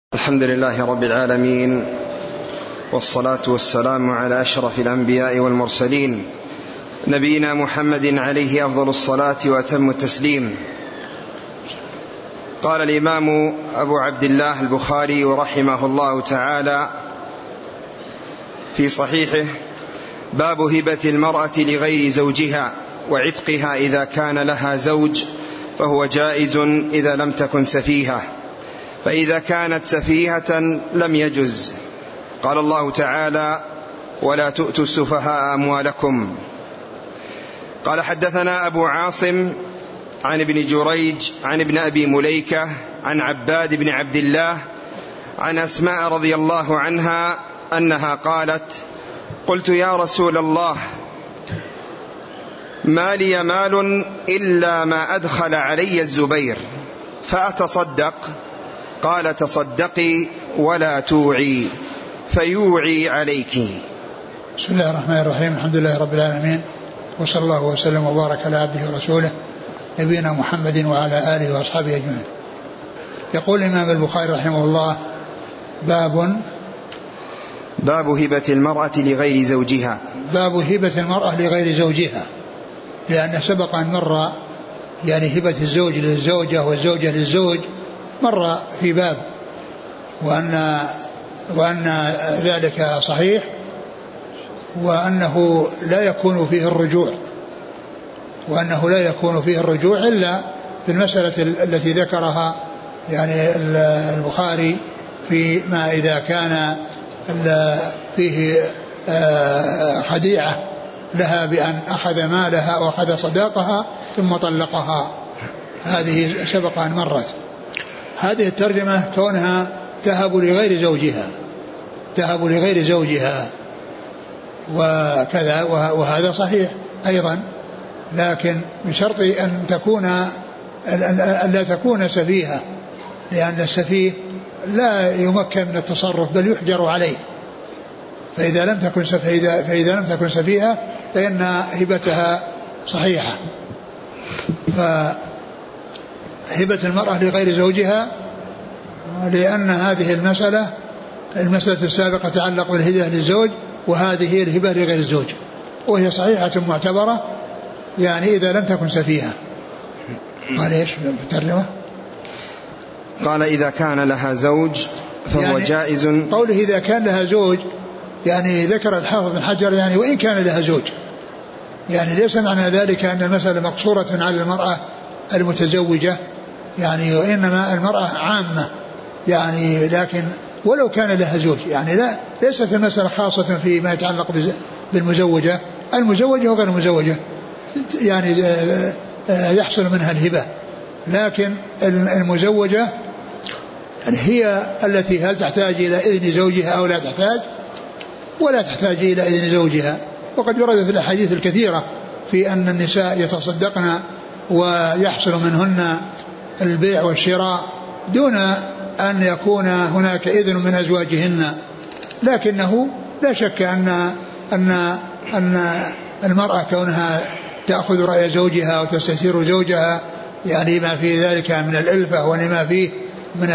الحمد لله رب العالمين، والصلاة والسلام على أشرف الأنبياء والمرسلين، نبينا محمد عليه أفضل الصلاة وأتم التسليم. قال الإمام أبو عبد الله البخاري رحمه الله تعالى في صحيحه: باب هبة المرأة لغير زوجها وعتقها إذا كان لها زوج، فهو جائز إذا لم تكن سفيهة، فإذا كانت سفيهة لم يجز. قال الله تعالى: ولا تؤتوا السفهاء أموالكم. قال: حدثنا أبو عاصم عن ابن جريج عن ابن أبي مليكة عن عباد بن عبد الله عن أسماء رضي الله عنها أنها قالت: قلت يا رسول الله، ما لي مال إلا ما أدخل علي الزبير، فأتصدق؟ قال: تصدقي ولا توعي، فيوعي عليك. بسم الله الرحمن الرحيم. الحمد لله رب العالمين، وصلى الله وسلم وبارك على عبده ورسوله نبينا محمد وعلى آله وأصحابه أجمعين. يقول الإمام البخاري رحمه الله: باب هبة المرأة لغير زوجها. باب هبة المرأة لغير زوجها، لأن سبق أن مر يعني هبة الزوج للزوجة والزوجة للزوج مر في باب، وأن ذلك صحيح، وأنه لا يكون فيه الرجوع إلا في المسألة التي ذكرها يعني البخاري، فيما إذا كان فيه خديعة لها بأن أخذ مالها وأخذ صداقها ثم طلقها. هذه سبق أن مرت. هذه الترجمة كونها تهب لغير زوجها وكذا، وهذا صحيح أيضا، لكن بشرط أن لا تكون سفيهة، لأن السفيه لا يمكن من التصرف بل يحجر عليه. فإذا لم تكن سفيهة فإن هبتها صحيحة. فهبة المرأة لغير زوجها، لأن هذه المسألة السابقة تتعلق بالهدية للزوج، وهذه هي الهبة لغير الزوج، وهي صحيحة معتبرة يعني إذا لم تكن سفيهة. قال إيش بالترجمة؟ قال: إذا كان لها زوج فهو يعني جائز. قوله إذا كان لها زوج يعني ذكر الحافظ بن حجر يعني وإن كان لها زوج، يعني ليس معنى ذلك أن المسألة مقصورة على المرأة المتزوجة يعني، وإنما المرأة عامة يعني، لكن ولو كان لها زوج يعني ليست المسألة خاصة فيما يتعلق بالمزوجة. المزوجة وغير المزوجة يعني يحصل منها الهبة، لكن المزوجة هي التي هل تحتاج إلى إذن زوجها أو لا تحتاج، ولا تحتاج إلى إذن زوجها. وقد وردت الأحاديث الكثيرة في أن النساء يتصدقن ويحصل منهن البيع والشراء دون أن يكون هناك إذن من أزواجهن، لكنه لا شك أن المرأة كونها تأخذ رأي زوجها وتستشير زوجها يعني ما في ذلك من الألفة ولما فيه من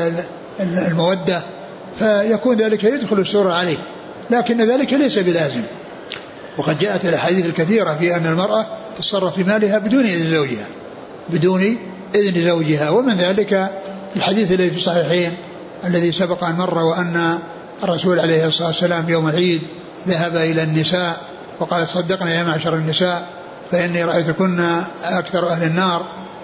المودة، فيكون ذلك يدخل السرور عليه، لكن ذلك ليس بلازم. وقد جاءت الأحاديث الكثيرة في أن المرأة تتصرف في مالها بدون إذن زوجها، ومن ذلك الحديث الذي في الصحيحين الذي سبق أن مر، وأن الرسول عليه الصلاة والسلام يوم العيد ذهب إلى النساء وقال: صدقنا يا معشر النساء فإني رأيتكن أكثر أهل النار،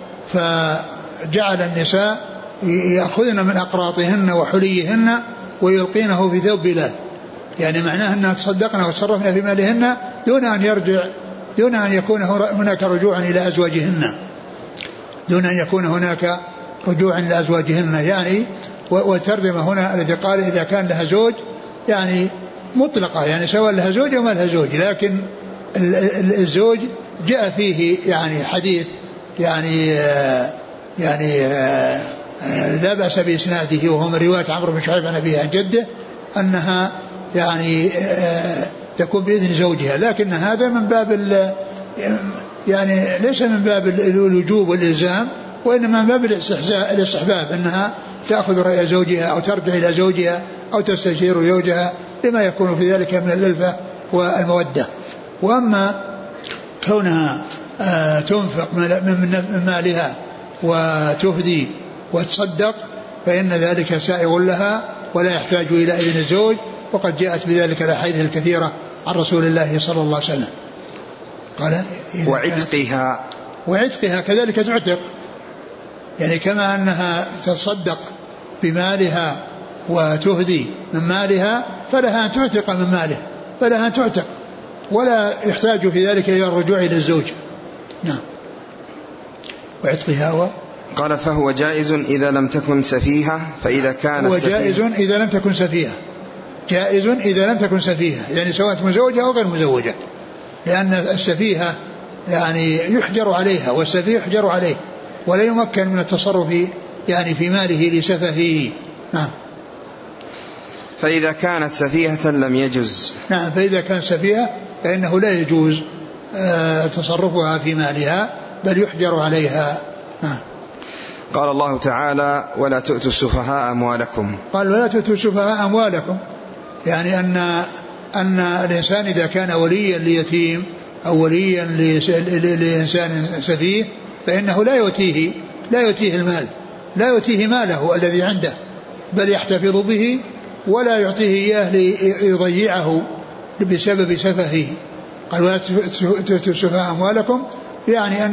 فجعل النساء يأخذن من أقراطهن وحليهن ويلقينه في ثوب بلال، يعني معناه أنها تصدقن وتصرفن في مالهن دون أن يكون هناك رجوع إلى أزواجهن، يعني وترجمة هنا الذي قال إذا كان لها زوج يعني مطلقة، يعني سواء لها زوج أو ما لها زوج، لكن الزوج جاء فيه يعني حديث يعني لا بأس بإسناده، وهو من رواية عمرو بن شعيب عن أبيه عن جده أنها يعني تكون بإذن زوجها، لكن هذا من باب يعني ليس من باب الوجوب والإلزام، وإنما من باب الاستحباب أنها تأخذ رأي زوجها أو ترجع إلى زوجها أو تستشير زوجها لما يكون في ذلك من الألفة والمودة. وأما كونها تنفق من مالها وتهدي وتصدق فإن ذلك سائغ لها ولا يحتاج إلى إذن الزوج، وقد جاءت بذلك الأحاديث الكثيرة عن رسول الله صلى الله عليه وسلم. قال وعتقها كذلك تعتق، يعني كما أنها تصدق بمالها وتهدي من مالها فلها أن تعتق من ماله، فلها أن تعتق ولا يحتاج في ذلك إلى الرجوع إلى الزوج. نعم. وعتقها قال فهو جائز إذا لم تكن سفيهة، فإذا كانت هو جائز إذا لم تكن سفيهة، جائز إذا لم تكن سفيهة، يعني سواء مزوجة أو غير مزوجة، لأن السفيهة يعني يحجر عليها والسفيه يحجر عليه ولا يمكن من التصرف يعني في ماله لسفهه. نعم. فإذا كانت سفيهة لم يجوز. نعم، فإذا كانت سفيهة فإنه لا يجوز تصرفها في مالها بل يحجر عليها. نعم. قال الله تعالى ولا تؤتوا السفهاء أموالكم. قال ولا تؤتوا السفهاء أموالكم، يعني أن الإنسان إذا كان وليا ليتيم أو وليا لإنسان سفيه فإنه لا يؤتيه المال، لا يؤتيه ماله الذي عنده، بل يحتفظ به ولا يعطيه إياه ليضيعه بسبب سفهه. قال ولا تؤتوا السفهاء أموالكم، يعني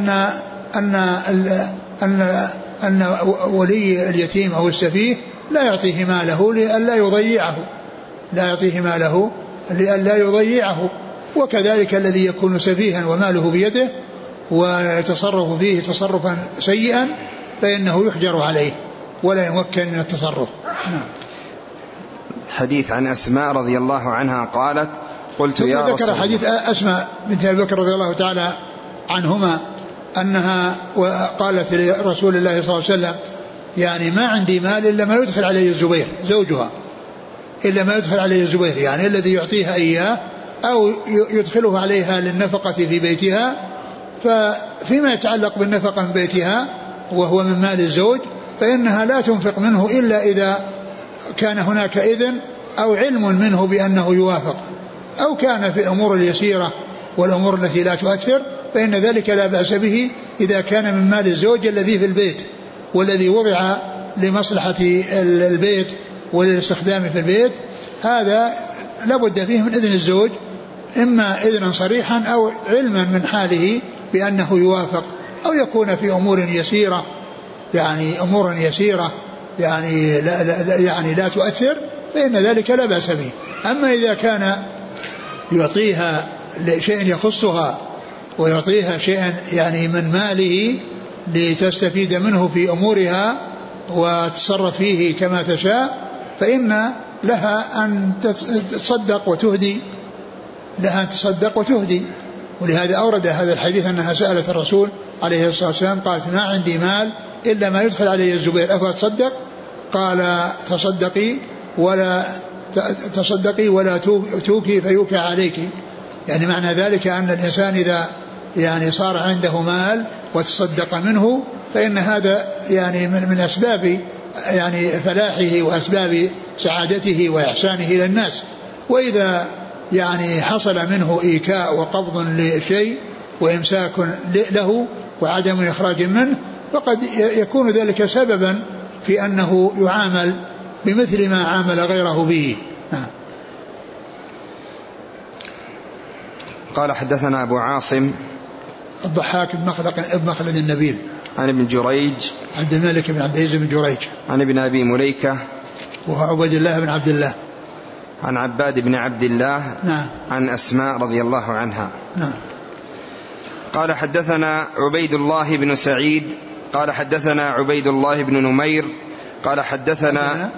أن ولي اليتيم أو السفيه لا يعطيه ماله لئلا يضيعه، لا يعطيه ماله لئلا يضيعه. وكذلك الذي يكون سفيها وماله بيده ويتصرف فيه تصرفا سيئا فإنه يحجر عليه ولا يمكن من التصرف. نعم. حديث عن أسماء رضي الله عنها قالت قلت يا رسول الله. ذكر حديث أسماء بنت أبي بكر رضي الله تعالى عنهما أنها قالت لرسول الله صلى الله عليه وسلم يعني ما عندي مال إلا ما يدخل عليه الزبير زوجها، إلا ما يدخل عليه الزبير، يعني الذي يعطيها إياه أو يدخله عليها للنفقة في بيتها. ففيما يتعلق بالنفقة من بيتها وهو من مال الزوج فإنها لا تنفق منه إلا إذا كان هناك إذن أو علم منه بأنه يوافق، أو كان في الأمور اليسيرة والأمور التي لا تؤثر فإن ذلك لا بأس به إذا كان من مال الزوج الذي في البيت والذي وضع لمصلحة البيت وللاستخدام في البيت. هذا لابد فيه من إذن الزوج، إما إذنا صريحا أو علما من حاله بأنه يوافق، أو يكون في أمور يسيرة، يعني أمور يسيرة يعني لا تؤثر فإن ذلك لا بأس به. أما إذا كان يعطيها شيء يخصها ويعطيها شيئا يعني من ماله لتستفيد منه في أمورها وتصرف فيه كما تشاء فإن لها أن تصدق وتهدي، لها أن تصدق وتهدي. ولهذا أورد هذا الحديث أنها سألت الرسول عليه الصلاة والسلام قالت ما عندي مال إلا ما يدخل عليه الزبير أفتصدق؟ قال تصدقي ولا توكي فيوكى عليك. يعني معنى ذلك أن الإنسان إذا يعني صار عنده مال وتصدق منه فإن هذا يعني من أسباب يعني فلاحه وأسباب سعادته وإحسانه إلى الناس. وإذا يعني حصل منه إيكاء وقبض لشيء وإمساك له وعدم إخراج منه فقد يكون ذلك سببا في أنه يعامل بمثل ما عامل غيره به. قال حدثنا أبو عاصم الضحاك بن مخلد النبيل عن ابن جريج عبد الملك بن عبد العزيز بن جريج عن ابن أبي مليكة وهو عبد الله بن عبد الله عن عباد بن عبد الله. نعم. عن أسماء رضي الله عنها. نعم. قال حدثنا عبيد الله بن سعيد قال حدثنا عبيد الله بن نمير قال حدثنا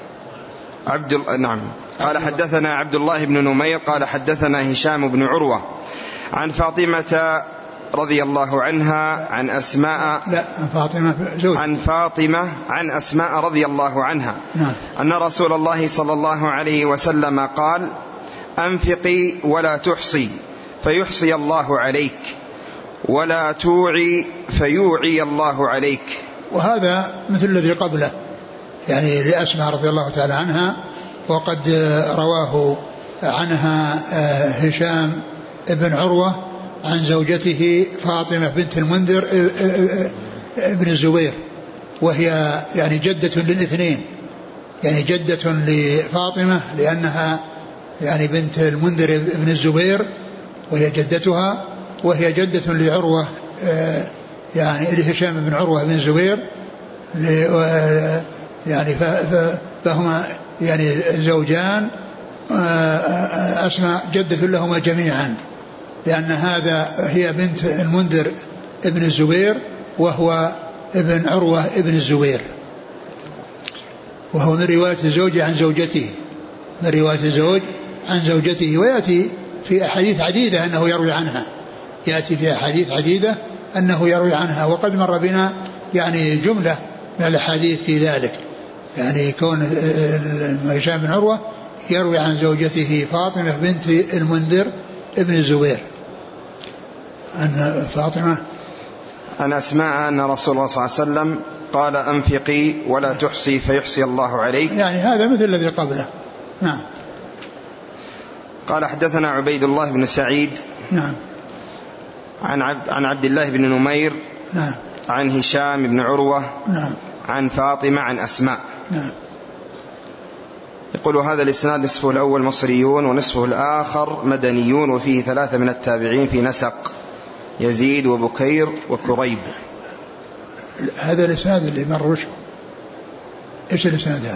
قال حدثنا عبد الله بن نمير قال حدثنا هشام بن عروة عن فاطمة رضي الله عنها عن أسماء عن فاطمة عن أسماء رضي الله عنها. نعم. أن رسول الله صلى الله عليه وسلم قال أنفقي ولا تحصي فيحصي الله عليك ولا توعي فيوعي الله عليك. وهذا مثل الذي قبله يعني لأسماء رضي الله تعالى عنها، وقد رواه عنها هشام ابن عروة عن زوجته فاطمة بنت المنذر ابن الزبير، وهي يعني جدة للاثنين، يعني جدة لفاطمة لأنها يعني بنت المنذر ابن الزبير وهي جدتها، وهي جدة لعروة يعني لهشام بن عروة بن الزبير، يعني فهما يعني زوجان أسماء جدة لهما جميعا، لأن هذا هي بنت المنذر ابن الزبير وهو ابن عروة ابن الزبير، وهو من رواية الزوج عن زوجته، من رواية الزوج عن زوجته. ويأتي في أحاديث عديدة أنه يروي عنها، يأتي في أحاديث عديدة أنه يروي عنها، وقد مر بنا يعني جملة من الأحاديث في ذلك، يعني كون هشام بن عروة يروي عن زوجته فاطمة بنت المنذر ابن الزبير أن فاطمة عن أسماء أن رسول الله صلى الله عليه وسلم قال أنفقي ولا تحصي فيحصي الله عليك، يعني هذا مثل الذي قبله. نعم. قال حدثنا عبيد الله بن سعيد نعم عن عبد الله بن نمير نعم عن هشام بن عروة نعم عن فاطمة عن أسماء. نعم. يقول هذا الإسناد نصفه الأول مصريون ونصفه الآخر مدنيون، وفيه 3 من التابعين في نسق، يزيد وبكير وكريب. هذا الإسناد اللي مر إيش الإسناد هذا؟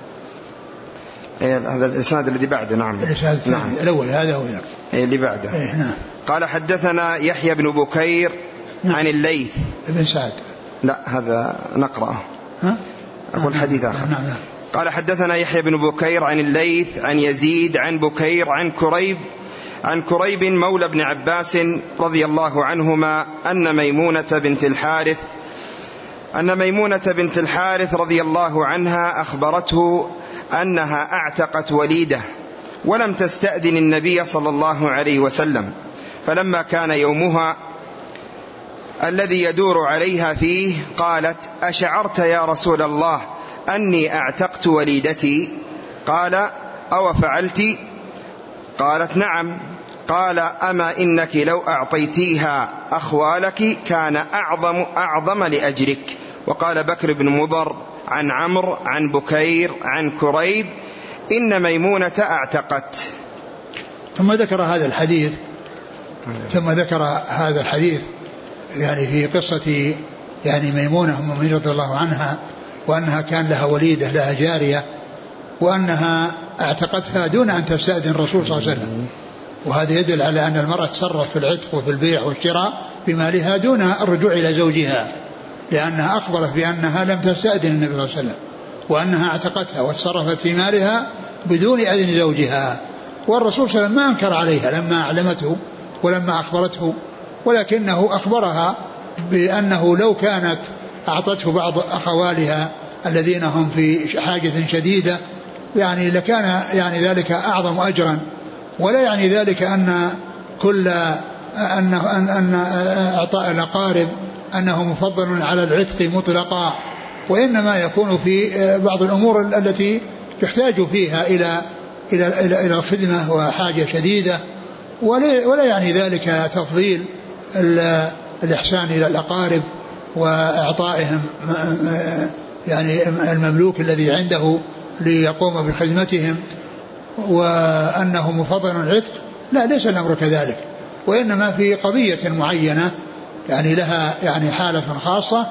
هذا الإسناد الذي بعده. نعم الإسناد الثاني. نعم. الأول هذا هو اللي بعده. نعم. قال حدثنا يحيى بن بكير نعم. عن الليث ابن سعد. لا هذا نقرأه. أقول حديث آخر. نعم. قال حدثنا يحيى بن بكير عن الليث عن يزيد عن بكير عن كريب مولى ابن عباس رضي الله عنهما أن ميمونة بنت الحارث رضي الله عنها أخبرته أنها اعتقت وليدة ولم تستأذن النبي صلى الله عليه وسلم، فلما كان يومها الذي يدور عليها فيه قالت أشعرت يا رسول الله أني اعتقت وليدتي؟ قال أو فعلت؟ قالت نعم. قال أما إنك لو أعطيتيها أخوالك كان أعظم لأجرك. وقال بكر بن مضر عن عمرو عن بكير عن كريب إن ميمونة اعتقت. ثم ذكر هذا الحديث يعني في قصة يعني ميمونة أم المؤمنين رضي الله عنها، وأنها كان لها وليدة لها جارية، وأنها اعتقتها دون أن تستأذن الرسول صلى الله عليه وسلم، وهذا يدل على أن المرأة تصرف في العتق وفي البيع والشراء بمالها دون الرجوع إلى زوجها، لأنها أخبرت بأنها لم تستأذن النبي صلى الله عليه وسلم، وأنها اعتقتها وتصرفت في مالها بدون إذن زوجها. والرسول صلى الله عليه وسلم ما أنكر عليها لما أعلمته ولما أخبرته، ولكنه أخبرها بأنه لو كانت أعطته بعض أخوالها الذين هم في حاجة شديدة يعني لكان يعني ذلك أعظم أجرا، ولا يعني ذلك أن أعطاء الأقارب أنه مفضل على العتق مطلقا، وإنما يكون في بعض الأمور التي يحتاج فيها إلى الخدمة وحاجة شديدة، ولا يعني ذلك تفضيل الإحسان إلى الأقارب وإعطائهم يعني المملوك الذي عنده ليقوم بخدمتهم وأنه مفضل العتق. لا، ليس الأمر كذلك، وإنما في قضية معينة يعني لها يعني حالة خاصة،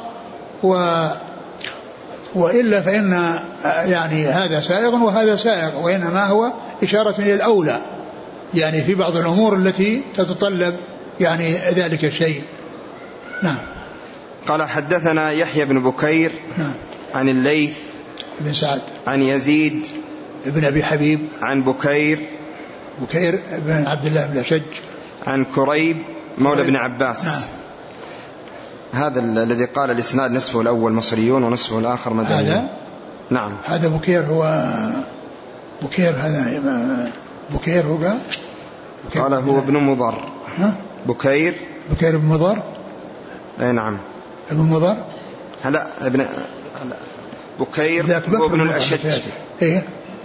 وإلا فإن يعني هذا سائغ وهذا سائغ، وإنما هو إشارة إلى الأولى يعني في بعض الأمور التي تتطلب يعني ذلك الشيء. نعم. قال حدثنا يحيى بن بكير نعم. عن الليث بن سعد عن يزيد ابن أبي حبيب عن بكير بن عبد الله بن أشج عن كريب مولى ابن عباس. نعم. هذا الذي قال الإسناد نصفه الأول مصريون ونصفه الآخر مدنيون. هذا نعم. هذا بكير هذا بكير هو قال هو ابن مضر. بكير بكير بن مضر. أي نعم. ابن مضر. هلا بكير هو ابن الأشج. إيه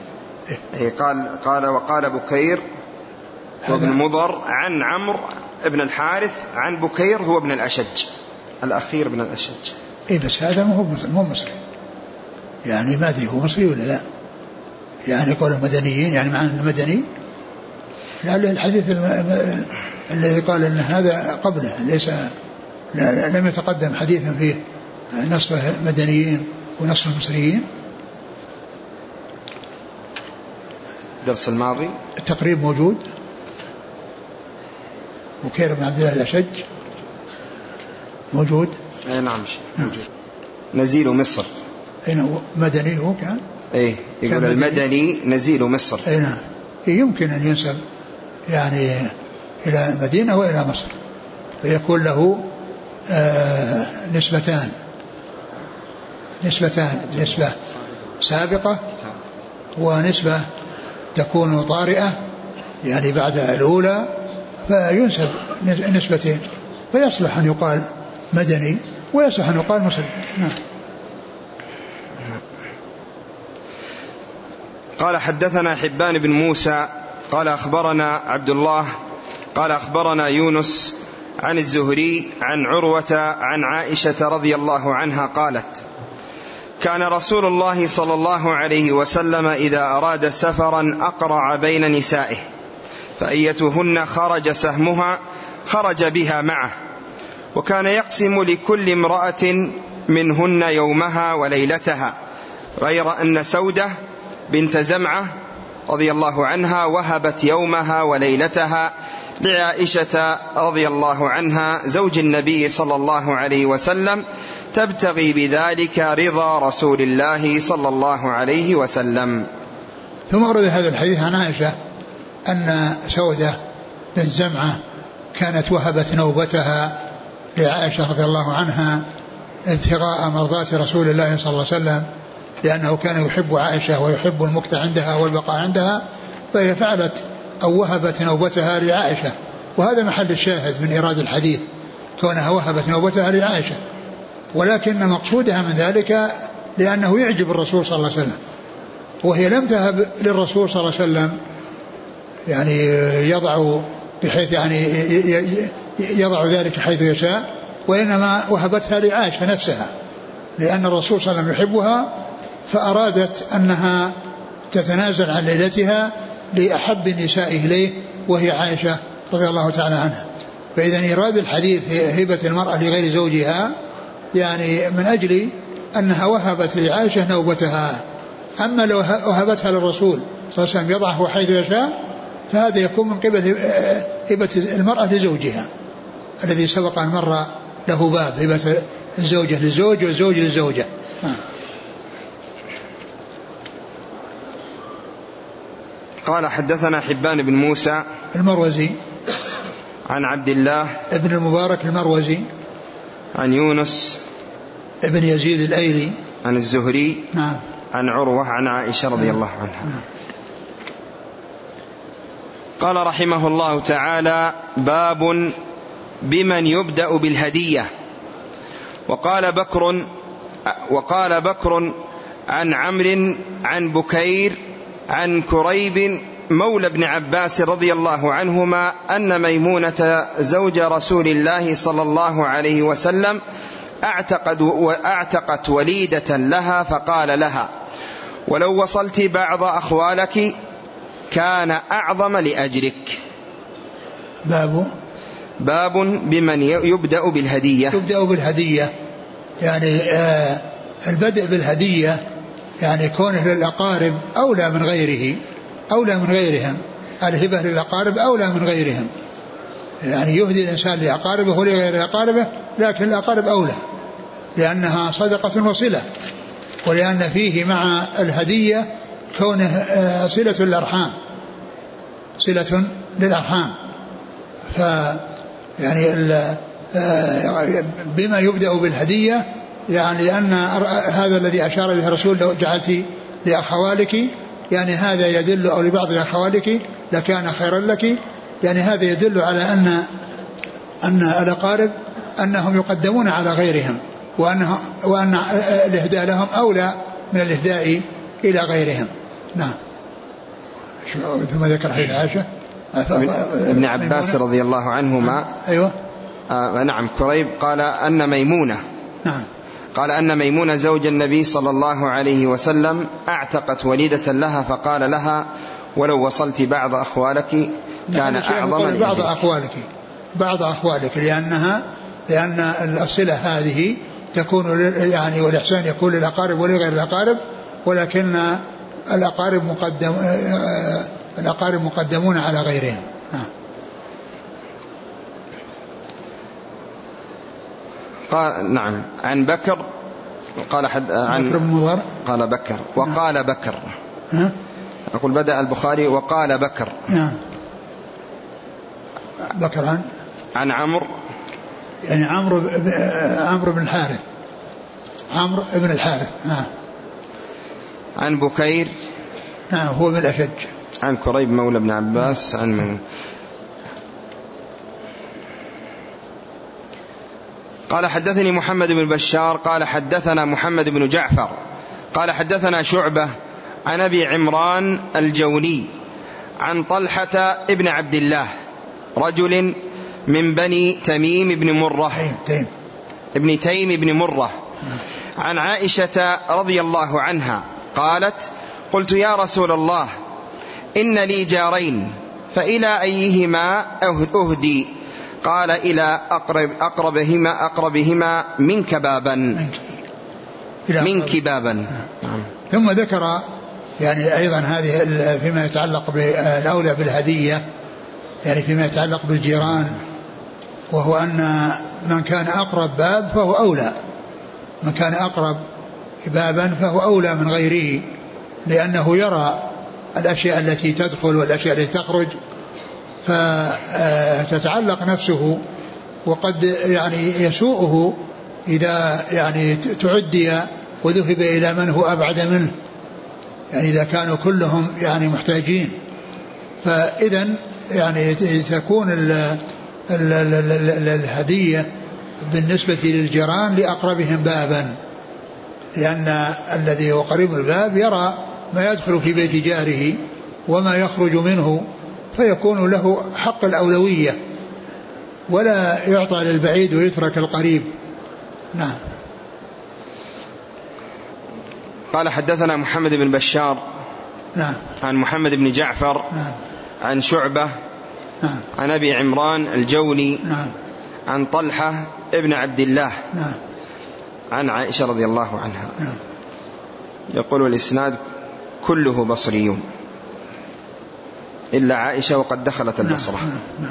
قال وقال بكير وابن مضر عن عمرو ابن الحارث عن بكير هو ابن الأشج الأخير ابن الأشج. إيه بس هذا مو مصري يعني، ما أدري هو مصري ولا لا. يعني قالوا مدنيين يعني معنى المدني، لعل الحديث الذي قال أن هذا قبله ليس لم يتقدم حديثا فيه نصف مدنيين ونصف مصريين. الدرس الماضي التقريب موجود، بكير بن عبد الله الأشج موجود. اي نعم موجود. نزيل مصر. اي مدني هو كان. ايه يقول المدني نزيل مصر. اي نعم. يمكن ان ينسب يعني الى مدينة والى مصر، فيكون له نسبة نسبة سابقة ونسبة تكون طارئة يعني بعد الأولى، فينسب نسبتين، فيصلح أن يقال مدني ويصلح أن يقال مسلم. قال حدثنا حبان بن موسى قال أخبرنا عبد الله قال أخبرنا يونس عن الزهري عن عروة عن عائشة رضي الله عنها قالت: كان رسول الله صلى الله عليه وسلم إذا أراد سفرا أقرع بين نسائه، فأيتهن خرج سهمها خرج بها معه، وكان يقسم لكل امرأة منهن يومها وليلتها، غير أن سودة بنت زمعة رضي الله عنها وهبت يومها وليلتها لعائشة رضي الله عنها زوج النبي صلى الله عليه وسلم، تبتغي بذلك رضا رسول الله صلى الله عليه وسلم. ثم ورد هذا الحديث عن عائشة أن سودة بنت زمعة كانت وهبت نوبتها لعائشة رضي الله عنها ابتغاء مرضات رسول الله صلى الله عليه وسلم، لأنه كان يحب عائشة ويحب المكث عندها والبقاء عندها، فهي فعلت أو وهبت نوبتها لعائشة، وهذا محل الشاهد من إيراد الحديث، كونها وهبت نوبتها لعائشة، ولكن مقصودها من ذلك لأنه يعجب الرسول صلى الله عليه وسلم، وهي لم تهب للرسول صلى الله عليه وسلم يعني يضع بحيث يعني يضع ذلك حيث يشاء، وإنما وهبتها لعائشة نفسها، لأن الرسول صلى الله عليه وسلم يحبها، فأرادت أنها تتنازل عن ليلتها لأحب النساء إليه وهي عائشة رضي الله تعالى عنها. فإذا إيراد الحديث هبة المرأة لغير زوجها يعني من أجل أنها وهبت لعائشة نوبتها، أما لو وهبتها للرسول صلى الله عليه وسلم يضعه حيث يشاء، فهذا يكون من قبل هبة المرأة لزوجها الذي سبق أن مر له باب هبة الزوجة للزوج والزوج للزوجة. قال حدثنا حبان بن موسى المروزي عن عبد الله ابن المبارك المروزي عن يونس ابن يزيد الأيلي عن الزهري نعم عن عروة عن عائشة رضي الله عنها. نعم. قال رحمه الله تعالى: باب بمن يبدأ بالهدية. وقال بكر عن عمرو عن بكير عن كريب مولى ابن عباس رضي الله عنهما أن ميمونة زوج رسول الله صلى الله عليه وسلم أعتقت وليدة لها، فقال لها: ولو وصلت بعض أخوالك كان أعظم لأجرك. باب بمن يبدأ بالهدية. يبدأ بالهدية يعني البدء بالهدية يعني كونه للأقارب أولى من غيره، أولى من غيرهم، الهبة للأقارب أولى من غيرهم، يعني يهدي الإنسان لأقاربه ولغير أقاربه، لكن الأقارب أولى لأنها صدقة وصلة، ولأن فيه مع الهدية كونه صلة الأرحام، صلة للأرحام. يعني بما يبدأ بالهدية يعني أن هذا الذي أشار إليه الرسول لو جعلت لأخوالك، يعني هذا يدل أو لبعض أخوالك لكان خيرا لك، يعني هذا يدل على أن أن الأقارب أنهم يقدمون على غيرهم، وأن الإهداء لهم أولى من الإهداء إلى غيرهم. نعم. ثم ذكر حديث عائشة ابن عباس رضي الله عنهما. أيوة. نعم. كريب قال أن ميمونة، نعم، قال أن ميمونة زوج النبي صلى الله عليه وسلم أعتقت وليدة لها فقال لها ولو وصلت بعض أخوالك كان أعظم بعض أخوالك لأن الصلة هذه تكون يعني والإحسان يكون للأقارب ولغير الأقارب، ولكن الأقارب مقدمون على غيرهم. قال نعم عن بكر قال عن بكر بن مضر قال بكر وقال بكر. أقول بدأ البخاري وقال بكر. بكر عن عمرو، يعني عمرو بن الحارث، عمرو بن الحارث. نعم. عن بكير، نعم، هو من الأشج. عن كريب مولى ابن عباس. عن من قال حدثني محمد بن بشار قال حدثنا محمد بن جعفر قال حدثنا شعبة عن أبي عمران الجوني عن طلحة ابن عبد الله رجل من بني تميم بن مرة ابن تيم بن مرة عن عائشة رضي الله عنها قالت قلت يا رسول الله إن لي جارين فإلى أيهما أهدي؟ قال إلى أقربهما منك بابا. ثم ذكر يعني أيضا هذه فيما يتعلق بالأولى بالهدية، يعني فيما يتعلق بالجيران، وهو أن من كان أقرب باب فهو أولى، من كان أقرب بابا فهو أولى من غيره، لأنه يرى الأشياء التي تدخل والأشياء التي تخرج فتتعلق نفسه، وقد يعني يسوءه إذا يعني تعدي وذهب إلى من هو أبعد منه، يعني إذا كانوا كلهم يعني محتاجين. فإذا يعني تكون الهدية بالنسبة للجيران لأقربهم بابا، لأن الذي هو قريب الباب يرى ما يدخل في بيت جاره وما يخرج منه، فيكون له حق الأولوية، ولا يعطى للبعيد ويترك القريب. نعم. قال حدثنا محمد بن بشار، نعم، عن محمد بن جعفر، نعم، عن شعبة، نعم، عن أبي عمران الجوني، نعم، عن طلحة ابن عبد الله، نعم، عن عائشة رضي الله عنها. نعم. يقول الإسناد كله بصريون إلا عائشة وقد دخلت البصرة. نعم. نعم.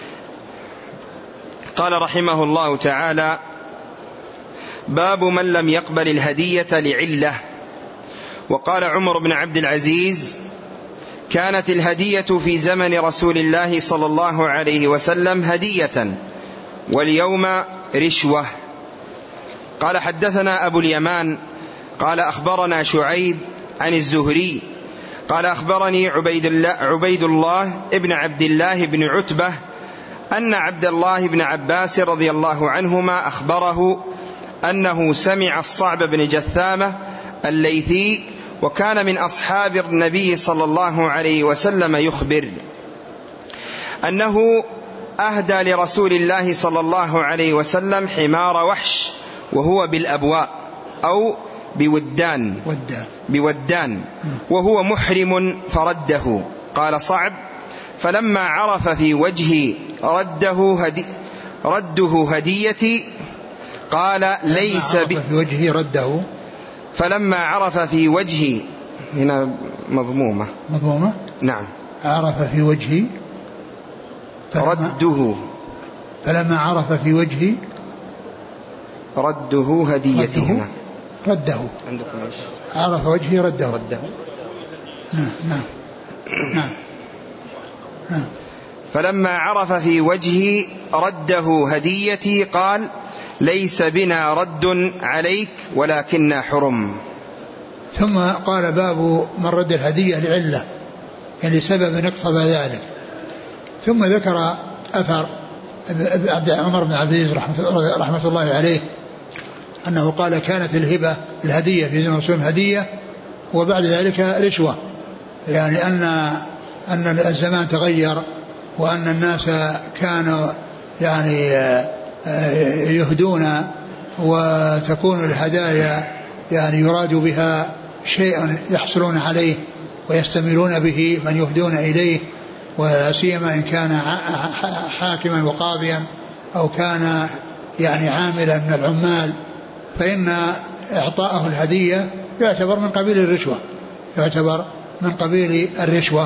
قال رحمه الله تعالى: باب من لم يقبل الهدية لعلة. وقال عمر بن عبد العزيز: كانت الهدية في زمن رسول الله صلى الله عليه وسلم هدية، واليوم رشوة. قال حدثنا أبو اليمان قال أخبرنا شعيب عن الزهري قال أخبرني عبيد الله ابن عبد الله بن عتبة أن عبد الله بن عباس رضي الله عنهما أخبره أنه سمع الصعب بن جثامة الليثي وكان من أصحاب النبي صلى الله عليه وسلم يخبر أنه أهدى لرسول الله صلى الله عليه وسلم حمار وحش وهو بالأبواء أو بودان وهو محرم فرده. قال صعب: فلما عرف في وجهي رده هديتي قال ليس في وجهي رده. فلما عرف في وجهي، هنا مضمومة. نعم. عرف في وجهي رده. فلما عرف في وجهي رده هديتي. هنا رده. عرف وجهي رده. نعم. فلما عرف في وجهي رده هديتي قال ليس بنا رد عليك ولكننا حرم. ثم قال: باب من رد الهدية لعلة، يعني سبب اقتضى ذلك. ثم ذكر أثر عمر بن عبد العزيز رحمة الله عليه أنه قال كانت الهدية في زمن الرسول هدية وبعد ذلك رشوة، يعني أن الزمان تغير وأن الناس كانوا يعني يهدون وتكون الهدايا يعني يراد بها شيء يحصلون عليه ويستمرون به من يهدون إليه، وسيما إن كان حاكما وقاضيا أو كان يعني عاملا من العمال، فإن إعطاءه الهدية يعتبر من قبيل الرشوة.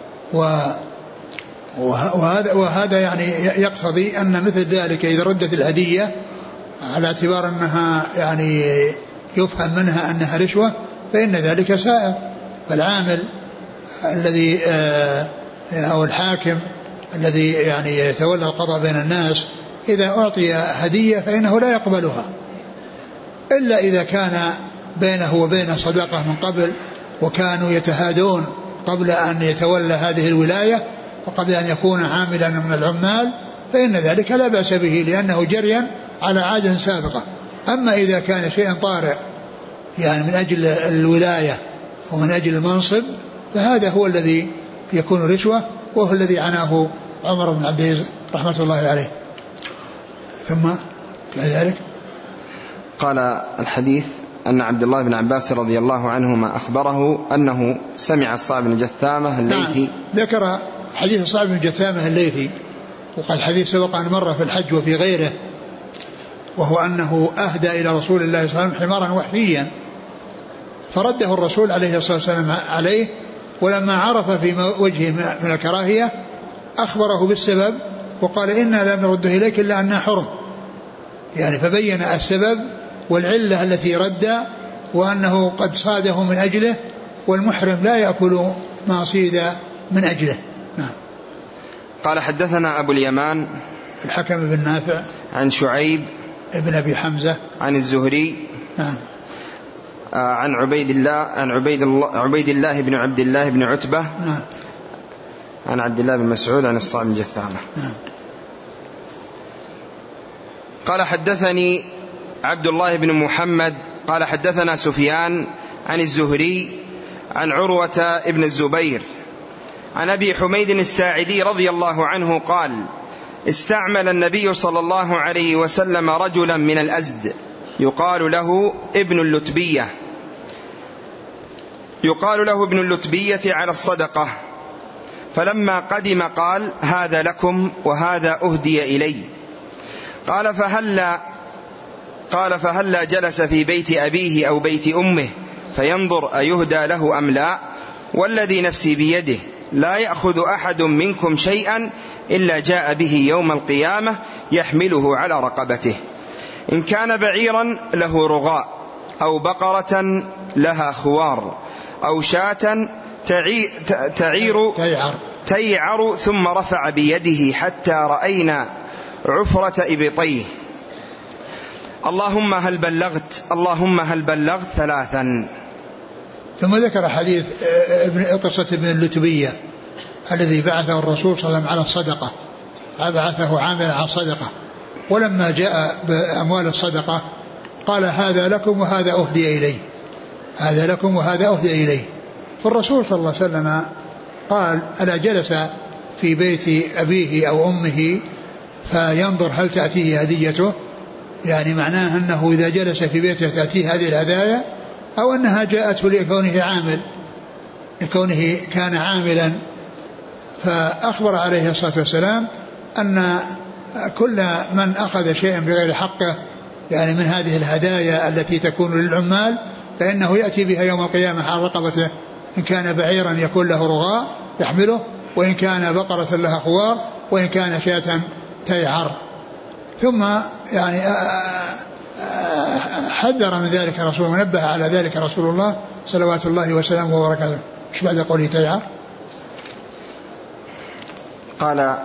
وهذا يعني يقتضي أن مثل ذلك إذا ردت الهدية على اعتبار أنها يعني يفهم منها أنها رشوة فإن ذلك سائر. فالعامل الذي أو الحاكم الذي يعني يتولى القضاء بين الناس إذا أعطي هدية فإنه لا يقبلها إلا إذا كان بينه وبين صداقة من قبل وكانوا يتهادون قبل أن يتولى هذه الولاية وقبل أن يكون عاملا من العمال فإن ذلك لا بأس به لأنه جريا على عادة سابقة. أما إذا كان شيئا طارئ يعني من أجل الولاية ومن أجل المنصب فهذا هو الذي يكون رشوة، وهو الذي عناه عمر بن عبد العزيز رحمة الله عليه. ثم ذلك قال الحديث أن عبد الله بن عباس رضي الله عنهما أخبره أنه سمع الصعب بن جثامة الليثي. نعم ذكر حديث الصعب بن جثامة الليثي، وقال الحديث سبق أن مر في الحج وفي غيره، وهو أنه أهدى إلى رسول الله صلى الله عليه وسلم حمارا وحشيا فرده الرسول عليه الصلاة والسلام عليه، ولما عرف في وجهه من الكراهية أخبره بالسبب وقال إنا لم نرده إليك إلا أنها حرم، يعني فبين السبب والعلة التي رد وأنه قد صاده من أجله، والمحرم لا يأكل ما صيد من أجله. نعم. قال حدثنا أبو اليمان الحكم بن نافع عن شعيب ابن أبي حمزة عن الزهري نعم عن عبيد الله بن عبد الله بن عتبة نعم عن عبد الله بن مسعود عن الصعب بن جثامة نعم. قال حدثني عبد الله بن محمد قال حدثنا سفيان عن الزهري عن عروة ابن الزبير عن أبي حميد الساعدي رضي الله عنه قال استعمل النبي صلى الله عليه وسلم رجلا من الأزد يقال له ابن اللتبية على الصدقة، فلما قدم قال هذا لكم وهذا أهدي إلي. قال فهلا جلس في بيت أبيه أو بيت أمه فينظر أيهدى له أم لا، والذي نفسي بيده لا يأخذ أحد منكم شيئا إلا جاء به يوم القيامة يحمله على رقبته، إن كان بعيرا له رغاء أو بقرة لها خوار أو شاة تيعر ثم رفع بيده حتى رأينا عفرة إبطيه اللهم هل بلغت ثلاثا. ثم ذكر حديث قصة ابن اللتبية الذي بعثه الرسول صلى الله عليه وسلم على الصدقة، بعثه عاملا على الصدقة، ولما جاء بأموال الصدقة قال هذا لكم وهذا أهدي إليه. فالرسول صلى الله عليه وسلم قال ألا جلس في بيت أبيه أو أمه فينظر هل تأتيه هديته، يعني معناه أنه إذا جلس في بيته تأتيه هذه الهدايا، أو أنها جاءته لكونه كان عاملا. فأخبر عليه الصلاة والسلام أن كل من أخذ شيئا بغير حقه يعني من هذه الهدايا التي تكون للعمال فإنه يأتي بها يوم القيامة على رقبته، إن كان بعيرا يكون له رغاء يحمله، وإن كان بقرة لها خوار، وإن كان شاة تيعر. ثم يعني حذر من ذلك الرسول ونبه على ذلك رسول الله صلوات الله وسلامه وبركاته. ايش بعد قوله تيعر؟ قال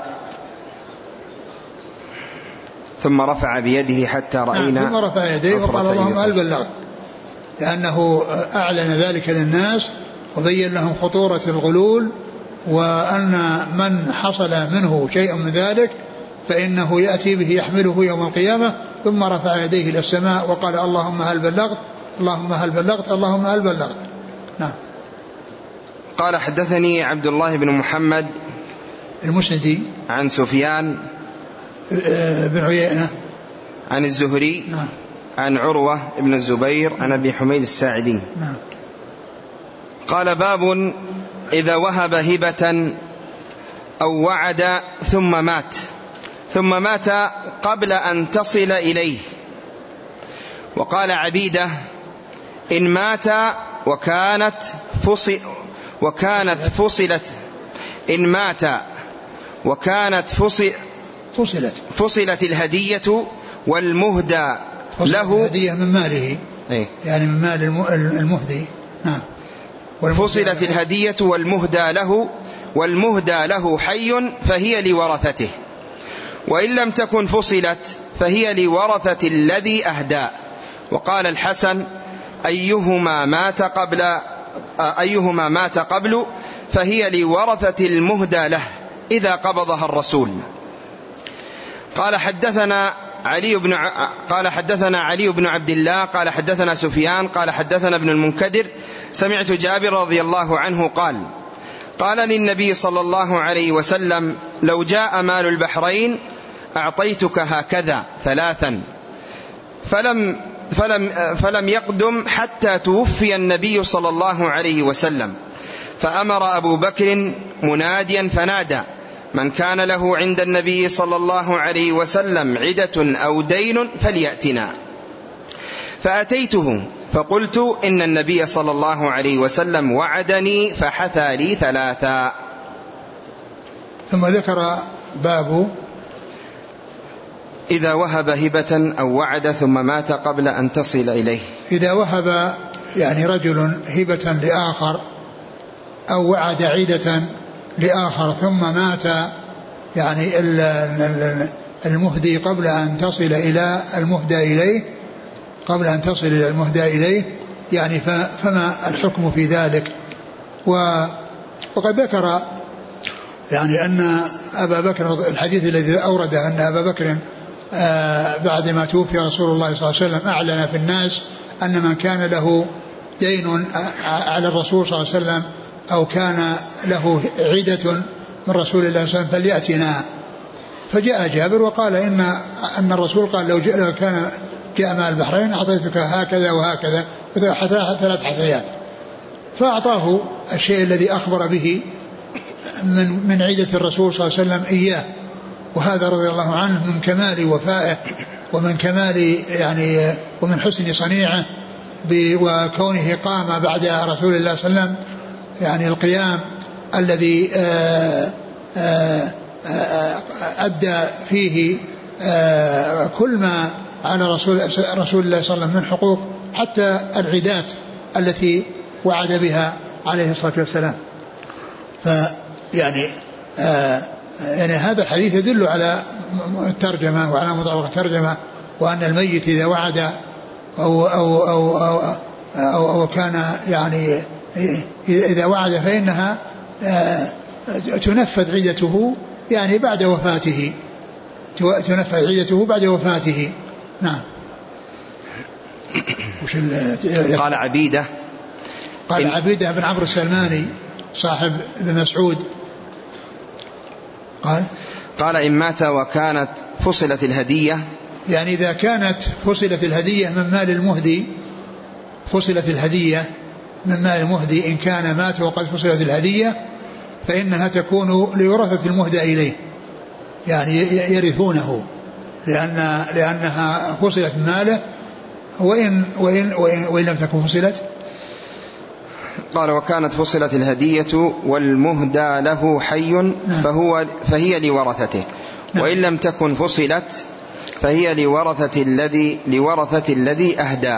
ثم رفع بيده حتى رأينا ثم رفع يديه وقال اللهم هل بلغت، لأنه أعلن ذلك للناس وبين لهم خطورة الغلول، وأن من حصل منه شيء من ذلك فإنه يأتي به يحمله يوم القيامة ثم رفع يديه إلى السماء وقال اللهم هل بلغت اللهم هل بلغت اللهم هل بلغت. نعم. قال حدثني عبد الله بن محمد المسندي عن سفيان بن عيينة عن الزهري نعم. عن عروة بن الزبير عن أبي حميد الساعدي نعم. قال باب إذا وهب هبة أو وعد ثم مات قبل أن تصل إليه. وقال عبيدة إن مات فصلت الهدية والمهدى له الهدية من ماله يعني من مال المهدي. نعم. فصلت الهدية والمهدى له حي فهي لورثته، وإن لم تكن فصلت فهي لورثة الذي أهدى. وقال الحسن أيهما مات قبل فهي لورثة المهدى له إذا قبضها الرسول. قال حدثنا علي بن عبد الله قال حدثنا سفيان قال حدثنا ابن المنكدر سمعت جابر رضي الله عنه قال للنبي صلى الله عليه وسلم لو جاء مال البحرين أعطيتك هكذا 3 فلم يقدم حتى توفي النبي صلى الله عليه وسلم، فأمر أبو بكر مناديا فنادى من كان له عند النبي صلى الله عليه وسلم عدة أو دين فليأتنا. فأتيته فقلت إن النبي صلى الله عليه وسلم وعدني فحثى لي 3. ثم ذكر باب إذا وهب هبة أو وعد ثم مات قبل أن تصل إليه. إذا وهب يعني رجل هبة لآخر أو وعد عيدة لآخر ثم مات يعني المهدي قبل أن تصل إلى المهدى إليه يعني فما الحكم في ذلك. وقد ذكر يعني أن أبا بكر الحديث الذي أورده أن أبا بكر بعد ما توفي رسول الله صلى الله عليه وسلم أعلن في الناس أن من كان له دين على الرسول صلى الله عليه وسلم أو كان له عدة من رسول الله صلى الله عليه وسلم فليأتنا. فجاء جابر وقال أن الرسول قال لو كان جاء مال البحرين أعطيتك هكذا وهكذا 3 حثيات، فأعطاه الشيء الذي أخبر به من عدة الرسول صلى الله عليه وسلم إياه. وهذا رضي الله عنه من كمال وفائه ومن كمال يعني ومن حسن صنيعه وكونه قام بعد رسول الله صلى الله عليه وسلم يعني القيام الذي أدى فيه كل ما على رسول الله صلى الله عليه وسلم من حقوق حتى العدات التي وعد بها عليه الصلاة والسلام. فيعني يعني هذا الحديث يدل على الترجمة وعلى مطابقة الترجمة، وأن الميت إذا وعد أو كان يعني إذا وعد فإنها تنفذ عدته يعني بعد وفاته. نعم. قال عبيدة بن عمرو السلماني صاحب ابن مسعود قال إن مات وكانت فصلت الهدية، يعني إذا كانت فصلت الهدية من مال المهدي، فصلت الهدية من مال المهدي إن كان مات وقد فصلت الهدية فإنها تكون لورثة المهدى إليه، يعني يرثونه لأنها فصلت ماله وإن لم تكن فصلت. قال وكانت فصلت الهدية والمهدى له حي فهي لورثته، وإن لم تكن فصلت فهي لورثة الذي أهدى.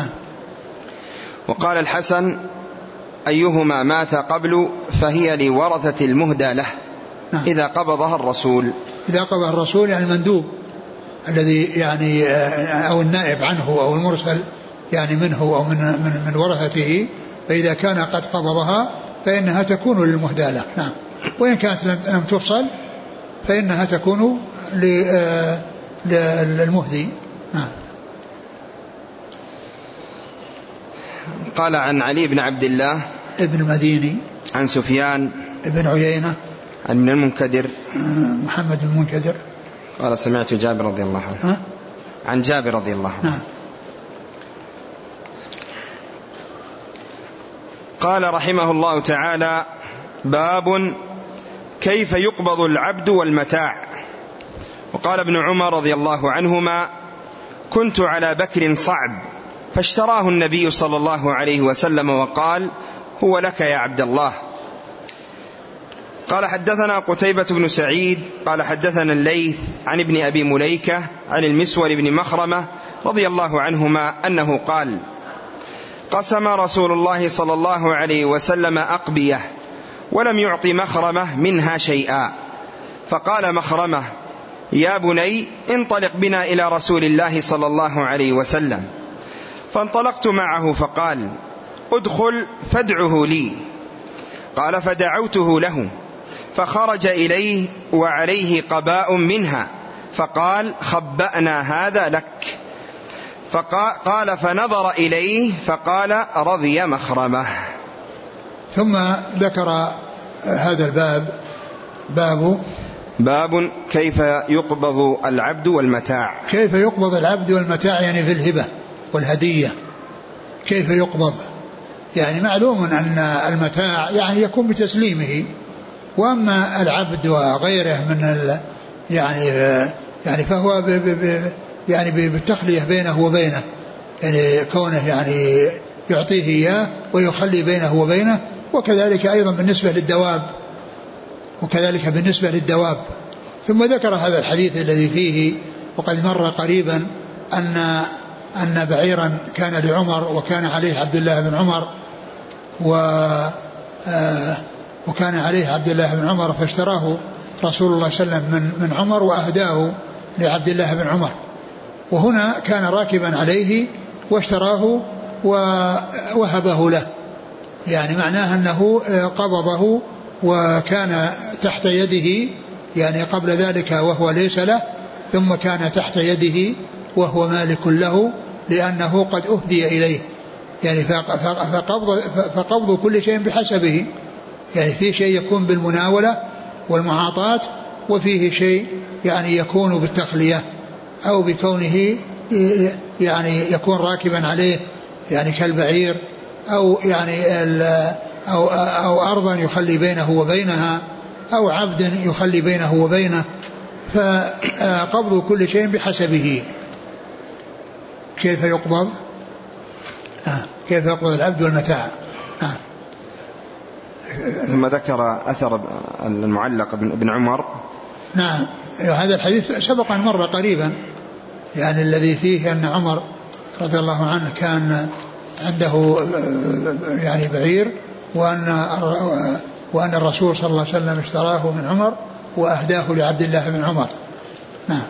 وقال الحسن أيهما مات قبل فهي لورثة المهدى له إذا قبضها الرسول. إذا قبضها الرسول يعني المندوب الذي يعني أو النائب عنه أو المرسل يعني منه أو من ورثته، فإذا كان قد قبضها فإنها تكون للمهدى له. نعم. وإن كانت لم تفصل فإنها تكون للمهدي. نعم. قال عن علي بن عبد الله ابن المديني عن سفيان ابن عيينة عن من المنكدر محمد بن المنكدر قال سمعت جابر رضي الله عنه عن جابر رضي الله عنه. نعم. قال رحمه الله تعالى: باب كيف يقبض العبد والمتاع. وقال ابن عمر رضي الله عنهما: كنت على بكر صعب فاشتراه النبي صلى الله عليه وسلم وقال: هو لك يا عبد الله. قال حدثنا قتيبة بن سعيد قال حدثنا الليث عن ابن أبي مليكة عن المسور بن مخرمة رضي الله عنهما أنه قال: قسم رسول الله صلى الله عليه وسلم أقبية ولم يعط مخرمة منها شيئا، فقال مخرمة: يا بني انطلق بنا إلى رسول الله صلى الله عليه وسلم. فانطلقت معه فقال: ادخل فادعه لي. قال: فدعوته له فخرج إليه وعليه قباء منها، فقال: خبأنا هذا لك. فقال: فنظر إليه فقال: رضي مخرمة. ثم ذكر هذا الباب، باب كيف يقبض العبد والمتاع. كيف يقبض العبد والمتاع يعني في الهبة والهدية. كيف يقبض؟ يعني معلوم أن المتاع يعني يكون بتسليمه، وأما العبد وغيره من يعني فهو يعني بالتخلية بينه وبينه، يعني كونه يعني يعطيه إياه ويخلي بينه وبينه. وكذلك أيضا بالنسبة للدواب. ثم ذكر هذا الحديث الذي فيه وقد مر قريبا أن بعيرا كان لعمر وكان عليه عبد الله بن عمر وكان عليه عبد الله بن عمر، فاشتراه رسول الله صلى الله عليه وسلم من عمر وأهداه لعبد الله بن عمر. وهنا كان راكبا عليه واشتراه ووهبه له، يعني معناه أنه قبضه وكان تحت يده، يعني قبل ذلك وهو ليس له، ثم كان تحت يده وهو مالك له لأنه قد أهدي إليه. يعني فقبض كل شيء بحسبه، يعني فيه شيء يكون بالمناولة والمعاطاة، وفيه شيء يعني يكون بالتخلية أو بكونه يعني يكون راكبا عليه يعني كالبعير، أو يعني أو أرضا يخلي بينه وبينها، أو عبد يخلي بينه وبينه. فقبض كل شيء بحسبه. كيف يقبض؟ كيف يقبض العبد والمتاع. ثم ذكر أثر المعلق ابن عمر. نعم، هذا الحديث سبق أن مر قريبا، يعني الذي فيه أن عمر رضي الله عنه كان عنده يعني بعير، وأن الرسول صلى الله عليه وسلم اشتراه من عمر وأهداه لعبد الله بن عمر. نعم.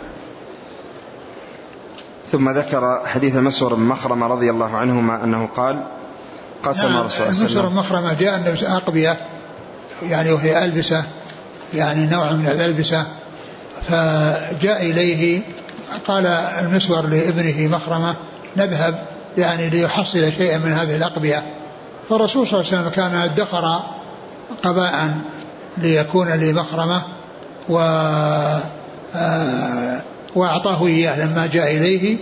ثم ذكر حديث مسور بن مخرمة رضي الله عنهما أنه قال: قسم رسول الله صلى الله عليه وسلم. مسور بن مخرمة جاء النبي أقبية، يعني وهي ألبسة، يعني نوع من الألبسة، فجاء إليه قال المسور لابنه مخرمة: نذهب يعني ليحصل شيئا من هذه الأقبية. فالرسول صلى الله عليه وسلم كان ادخر قباء ليكون لمخرمة وأعطاه إياه لما جاء إليه،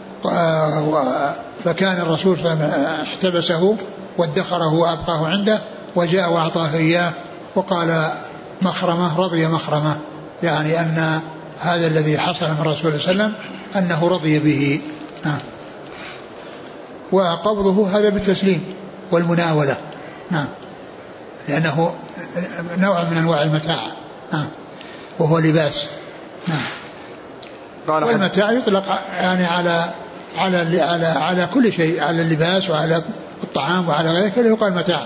فكان الرسول صلى الله عليه وسلم احتبسه وادخره وأبقاه عنده، وجاء وأعطاه إياه وقال مخرمة: رضي مخرمة، يعني أن هذا الذي حصل من الرسول صلى الله عليه وسلم أنه رضي به. وقبضه هذا بالتسليم والمناولة، لأنه نوع من أنواع المتاع، وهو لباس. والمتاع يطلق يعني على كل شيء، على اللباس وعلى الطعام وعلى غيره، كله يقال متاع.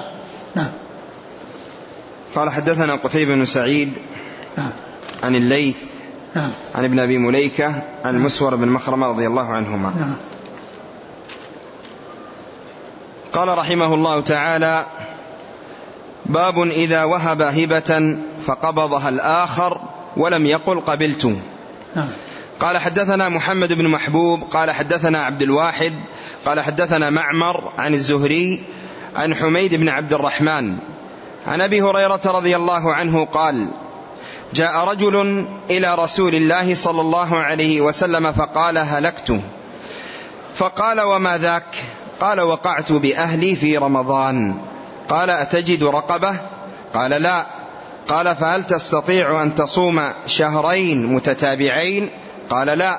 قال حدثنا قتيبة بن سعيد عن الليث عن ابن أبي مليكة عن المسور بن مخرمة رضي الله عنهما. قال رحمه الله تعالى: باب إذا وهب هبة فقبضها الآخر ولم يقل قبلت. نعم. قال حدثنا محمد بن محبوب قال حدثنا عبد الواحد قال حدثنا معمر عن الزهري عن حميد بن عبد الرحمن عن أبي هريرة رضي الله عنه قال: جاء رجل إلى رسول الله صلى الله عليه وسلم فقال: هلكت. فقال: وما ذاك؟ قال: وقعت بأهلي في رمضان. قال: أتجد رقبة؟ قال: لا. قال: فهل تستطيع أن تصوم شهرين متتابعين؟ قال: لا.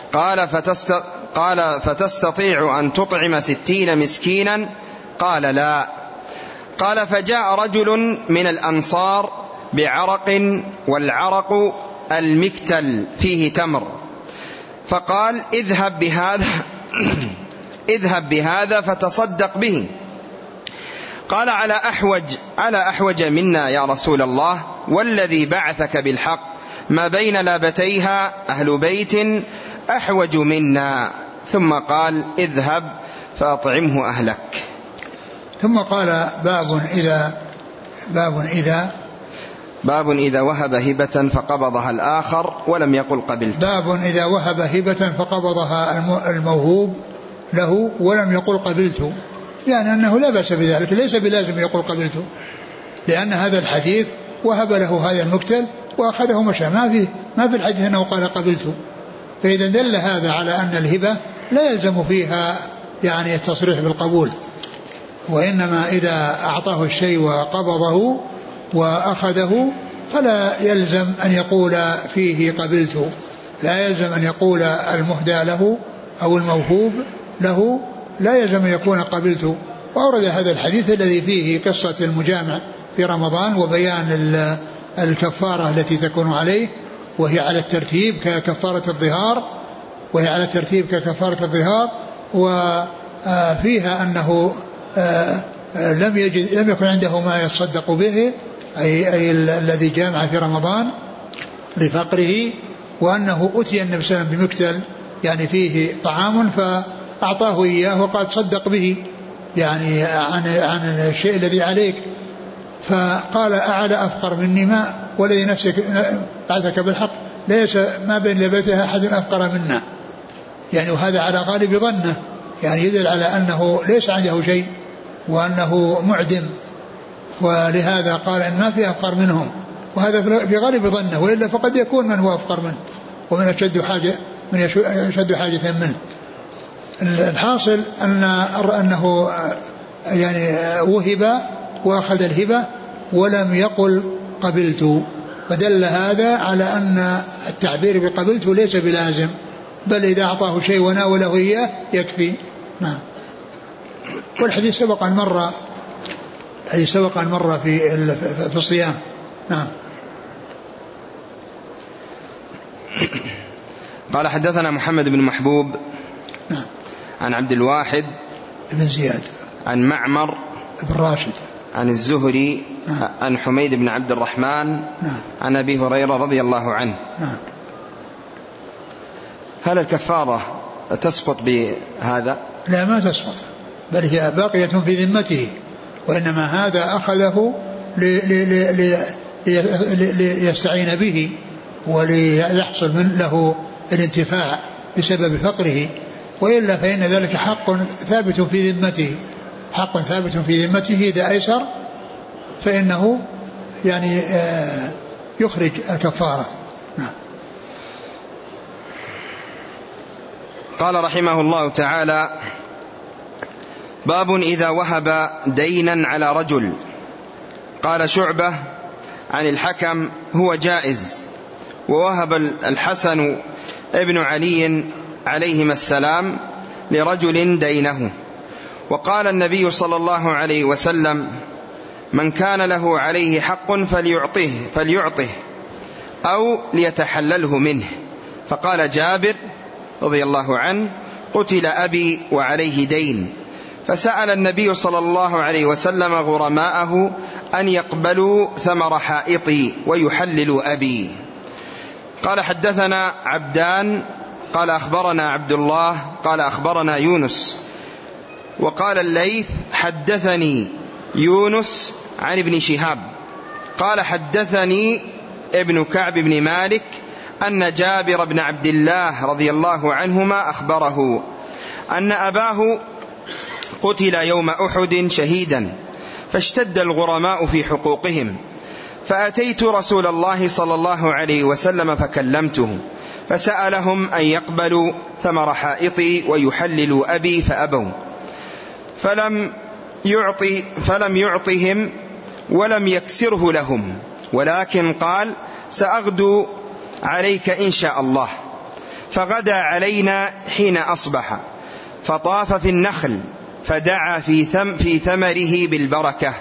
قال: فتستطيع أن تطعم 60 مسكينا؟ قال: لا. قال: فجاء رجل من الأنصار بعرق، والعرق المكتل فيه تمر، فقال: اذهب بهذا فتصدق به. قال: على أحوج منا يا رسول الله، والذي بعثك بالحق ما بين لابتيها أهل بيت أحوج منا. ثم قال: اذهب فأطعمه أهلك. ثم قال: باب إذا وهب هبة فقبضها الآخر ولم يقل قبلت. باب إذا وهب هبة فقبضها الموهوب له ولم يقل قبلت، يعني أنه لا بأس بذلك، ليس بلازم يقول قبلت، لأن هذا الحديث وهب له هذا المكتل وأخذه مشى، ما في الحديث أنه قال قبلت. فإذا دل هذا على أن الهبة لا يلزم فيها يعني التصريح بالقبول، وإنما إذا أعطاه الشيء وقبضه وأخذه فلا يلزم أن يقول فيه قبلت، لا يلزم أن يقول المهدى له أو الموهوب له لا يلزم أن يكون قبلت. وأورد هذا الحديث الذي فيه قصة المجامع في رمضان وبيان الكفارة التي تكون عليه، وهي على الترتيب ككفارة الظهار، وفيها أنه لم يكن عنده ما يصدق به، أي الذي جامع في رمضان لفقره، وأنه أتي النبي صلى الله عليه وسلم بمكتل يعني فيه طعام فأعطاه إياه وقال صدق به، يعني عن الشيء الذي عليك. فقال: أعلى أفقر مني ما والذي نفسك بعثك بالحق ليس ما بين لبيتها أحد أفقر منا، يعني وهذا على غالب ظنه، يعني يدل على أنه ليس عنده شيء وأنه معدم، ولهذا قال إن ما في أفقر منهم، وهذا في غالب ظنه، وإلا فقد يكون من هو أفقر منه ومن أشد حاجة منه. الحاصل أنه يعني وهب وأخذ الهبة ولم يقل قبلت، فدل هذا على أن التعبير بقبلت ليس بلازم، بل إذا أعطاه شيء وناوله إياه يكفي. نعم. والحديث سبق أن مر في الصيام. نعم. قال: حدثنا محمد بن محبوب نعم. عن عبد الواحد بن زياد عن معمر بن راشد عن الزهري نعم. عن حميد بن عبد الرحمن نعم. عن أبي هريرة رضي الله عنه. نعم. هل الكفارة تسقط بهذا؟ لا، ما تسقط، بل هي باقية في ذمته، وإنما هذا أخذه ليستعين به وليحصل من له الانتفاع بسبب فقره، وإلا فإن ذلك حق ثابت في ذمته، إذا أيسر فإنه يعني يخرج الكفارة. نعم. قال رحمه الله تعالى: باب إذا وهب دينا على رجل. قال شعبة عن الحكم: هو جائز. ووهب الحسن ابن علي عليهما السلام لرجل دينه. وقال النبي صلى الله عليه وسلم: من كان له عليه حق فليعطه أو ليتحلله منه. فقال جابر رضي الله عنه: قتل أبي وعليه دين، فسأل النبي صلى الله عليه وسلم غرماءه أن يقبلوا ثمر حائطي ويحللوا أبي. قال: حدثنا عبدان قال أخبرنا عبد الله قال أخبرنا يونس. وقال الليث: حدثني يونس عن ابن شهاب قال: حدثني ابن كعب بن مالك أن جابر بن عبد الله رضي الله عنهما أخبره أن أباه قتل يوم أحد شهيدا، فاشتد الغرماء في حقوقهم، فأتيت رسول الله صلى الله عليه وسلم فكلمته، فسألهم أن يقبلوا ثمر حائطي ويحللوا أبي فأبوا، فلم يعطهم ولم يكسره لهم، ولكن قال: سأغدو عليك إن شاء الله. فغدا علينا حين أصبح، فطاف في النخل، فدعا في ثمره بالبركة،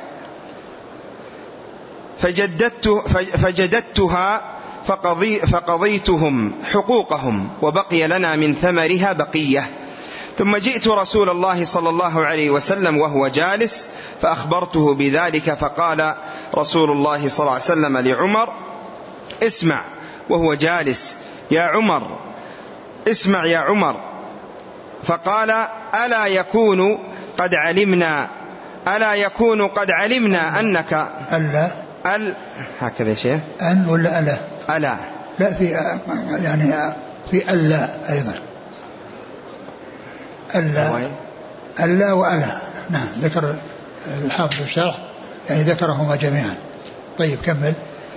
فجددتها فقضيتهم حقوقهم، وبقي لنا من ثمرها بقية. ثم جئت رسول الله صلى الله عليه وسلم وهو جالس، فأخبرته بذلك، فقال رسول الله صلى الله عليه وسلم لعمر: اسمع، وهو جالس: يا عمر، اسمع يا عمر. فقال: ألا يكون قد علمنا أنك هكذا شيء أن ولا ألا؟ ألا، لا، في يعني في ألا أيضا، ألا وألا. نعم، ذكر الحافظ في الشرح يعني ذكرهما جميعا. طيب كمل.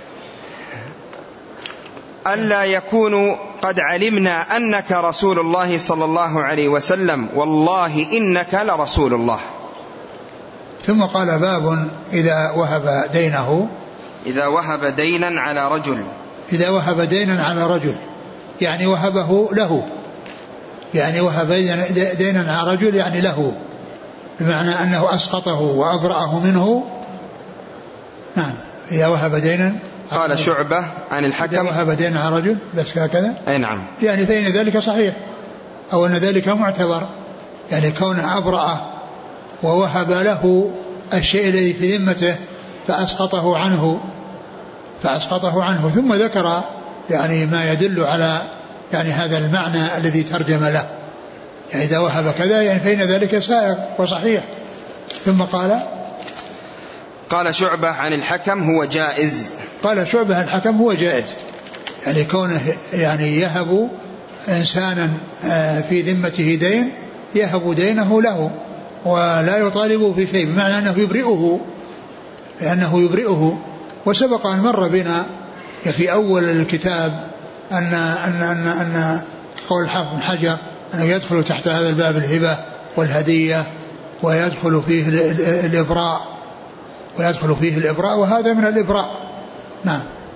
ألا يكون قد علمنا أنك رسول الله صلى الله عليه وسلم، والله إنك لرسول الله. ثم قال: باب إذا وهب دينه، إذا وهب دينا على رجل، إذا وهب دينا على رجل يعني وهبه له، يعني وهب دينا على رجل يعني له، بمعنى أنه أسقطه وأبرأه منه. نعم، إذا وهب دينا. قال شعبة عن الحكم: إذا وهب دينا على رجل، بس هكذا. أي نعم، يعني فإن ذلك صحيح، أو أن ذلك معتبر، يعني كونه أبرأه ووهب له الشيء الذي في ذمته فأسقطه عنه. ثم ذكر يعني ما يدل على يعني هذا المعنى الذي ترجم له، يعني إذا وهب كذا يعني فإن ذلك سائغ وصحيح. ثم قال شعبة عن الحكم: هو جائز. قال شعبة عن الحكم: هو جائز، يعني كونه يعني يهب إنسانا في ذمته دين، يهب دينه له ولا يطالبه في شيء، بمعنى أنه يبرئه. وسبق أن مر بنا في أول الكتاب أن قول الحافظ بن حجر أنه يدخل تحت هذا الباب الهبة والهدية، ويدخل فيه الإبراء، وهذا من الإبراء. نعم.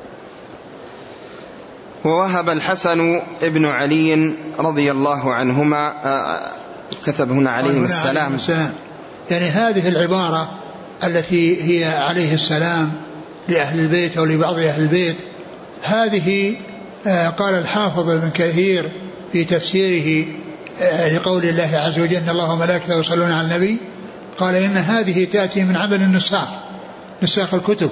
ووهب الحسن ابن علي رضي الله عنهما، كتب هنا عليهم السلام، يعني هذه العبارة التي هي عليه السلام لأهل البيت أو لبعض أهل البيت، هذه قال الحافظ ابن كثير في تفسيره لقول الله عز وجل: إن الله وملائكته يصلون على النبي، قال إن هذه تأتي من عمل نساخ الكتب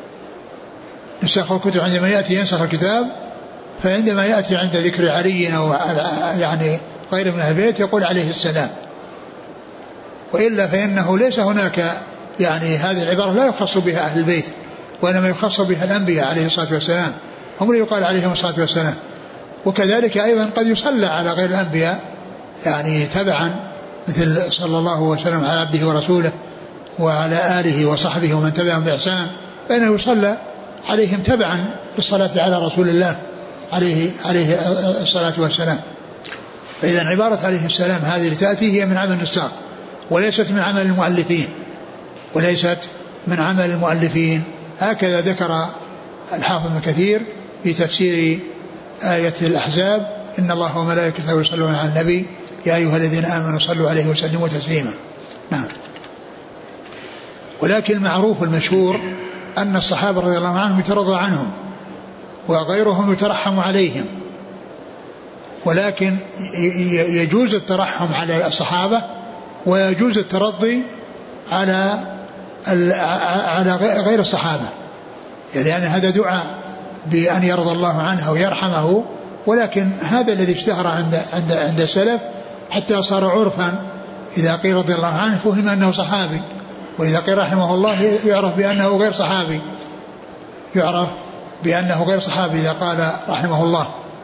عندما يأتي ينسخ الكتاب، فعندما يأتي عند ذكر علي أو يعني غير من أهل البيت يقول عليه السلام، وإلا فإنه ليس هناك، يعني هذه العبارة لا يخص بها أهل البيت، وإنما يخص بها الأنبياء عليه الصلاة والسلام، هم اللي يقال عليهم الصلاة والسلام. وكذلك أيضا قد يصلى على غير الأنبياء يعني تبعا، مثل صلى الله وسلم على عبده ورسوله وعلى آله وصحبه ومن تبعهم بإحسان، فإنه يصلى عليهم تبعا بالصلاة على رسول الله عليه الصلاة والسلام. فإذا عبارة عليه السلام هذه التي هي من عمل النساخ، وليست من عمل المؤلفين. هكذا ذكر الحافظ ابن كثير في تفسير آية الأحزاب: إن الله وملائكته يصلون على النبي يا أيها الذين آمنوا صلوا عليه وسلموا تسليما. نعم. ولكن المعروف المشهور أن الصحابة رضي الله عنهم يترضى عنهم وغيرهم يترحم عليهم، ولكن يجوز الترحم على الصحابة ويجوز الترضي على غير الصحابة، يعني هذا دعاء بأن يرضى الله عنه ويرحمه. ولكن هذا الذي اشتهر عند السلف حتى صار عرفا، إذا قيل رضي الله عنه فهم أنه صحابي، وإذا قيل رحمه الله يعرف بأنه غير صحابي، إذا قال رحمه الله.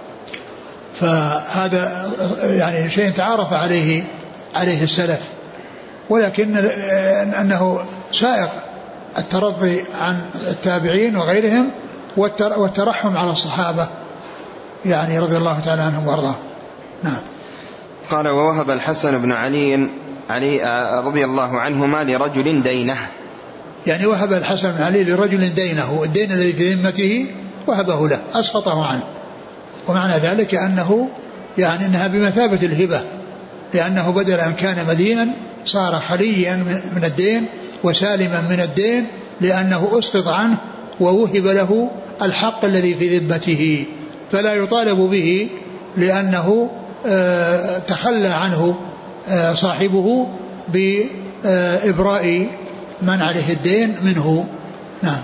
فهذا يعني شيء تعارف عليه السلف، ولكن أنه سائق الترضي عن التابعين وغيرهم والترحم على الصحابة يعني رضي الله تعالى عنهم وارضاهم. نعم. قال ووهب الحسن بن علي رضي الله عنهما لرجل دينه، يعني وهب الحسن بن علي لرجل دينه، الدين الذي في ذمته وهبه له أسقطه عنه، ومعنى ذلك أنه يعني أنها بمثابة الهبة، لأنه بدل أن كان مدينا صار خليا من الدين وسالما من الدين، لأنه أسقط عنه ووهب له الحق الذي في ذمته، فلا يطالب به لأنه تخلى عنه صاحبه بإبراء من عليه الدين منه. نعم.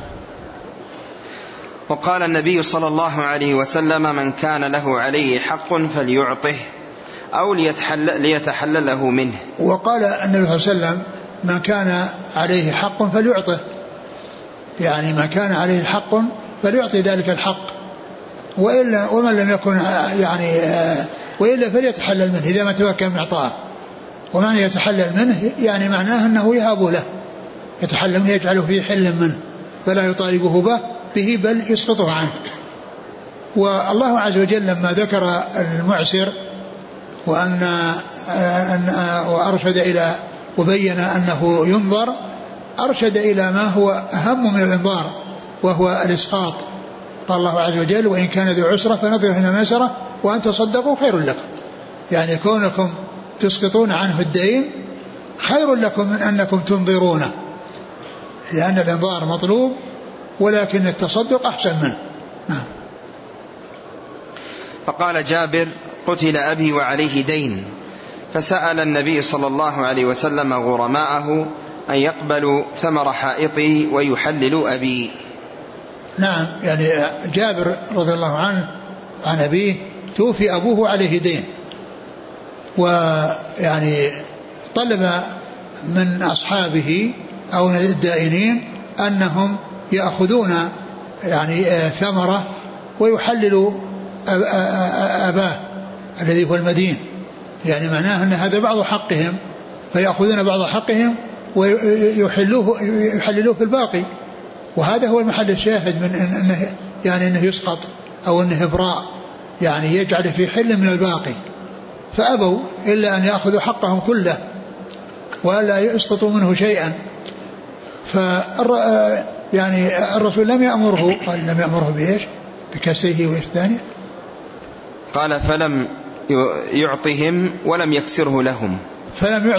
وقال النبي صلى الله عليه وسلم من كان له عليه حق فليعطه أو ليتحلله منه. وقال النبي صلى الله عليه وسلم من كان عليه حق فليعطه، يعني من كان عليه حق فليعطي ذلك الحق، وإلا ومن لم يكن يعني وإلا فليتحلل منه إذا ما تمكن من إعطائه. ومعنى يتحلل منه يعني معناه أنه يهاب له، يتحلل منه يجعله في حل منه، فلا يطالبه به بل يسقطه عنه. والله عز وجل لما ذكر المعسر وأرشد إلى وبين أنه ينظر، أرشد إلى ما هو أهم من الإنظار وهو الإسقاط. قال الله عز وجل وإن كان ذو عسرة فنظر إلى ميسرة وأن تصدقوا خير لكم، يعني كونكم تسقطون عنه الدين خير لكم من أنكم تنظرونه، لأن الإنظار مطلوب ولكن التصدق أحسن منه. نعم. فقال جابر قتل أبي وعليه دين، فسأل النبي صلى الله عليه وسلم غرماءه أن يقبلوا ثمر حائطه ويحللوا أبي. نعم، يعني جابر رضي الله عنه عن أبيه توفي أبوه عليه دين، ويعني طلب من أصحابه أو الدائنين أنهم يأخذون يعني ثمرة ويحللوا أباه الذي هو المدين، يعني معناه أن هذا بعض حقهم، فيأخذون بعض حقهم ويحللوه في الباقي. وهذا هو المحل الشاهد من أنه يعني أنه يسقط أو أنه إبراء، يعني يجعل في حل من الباقي، فأبوا إلا أن يأخذوا حقهم كله ولا يسقطوا منه شيئا. يعني الرسول لم يأمره، قال لم يأمره بإيش؟ بكسره وإيش ثاني؟ قال فلم يعطهم ولم يكسره لهم، فلم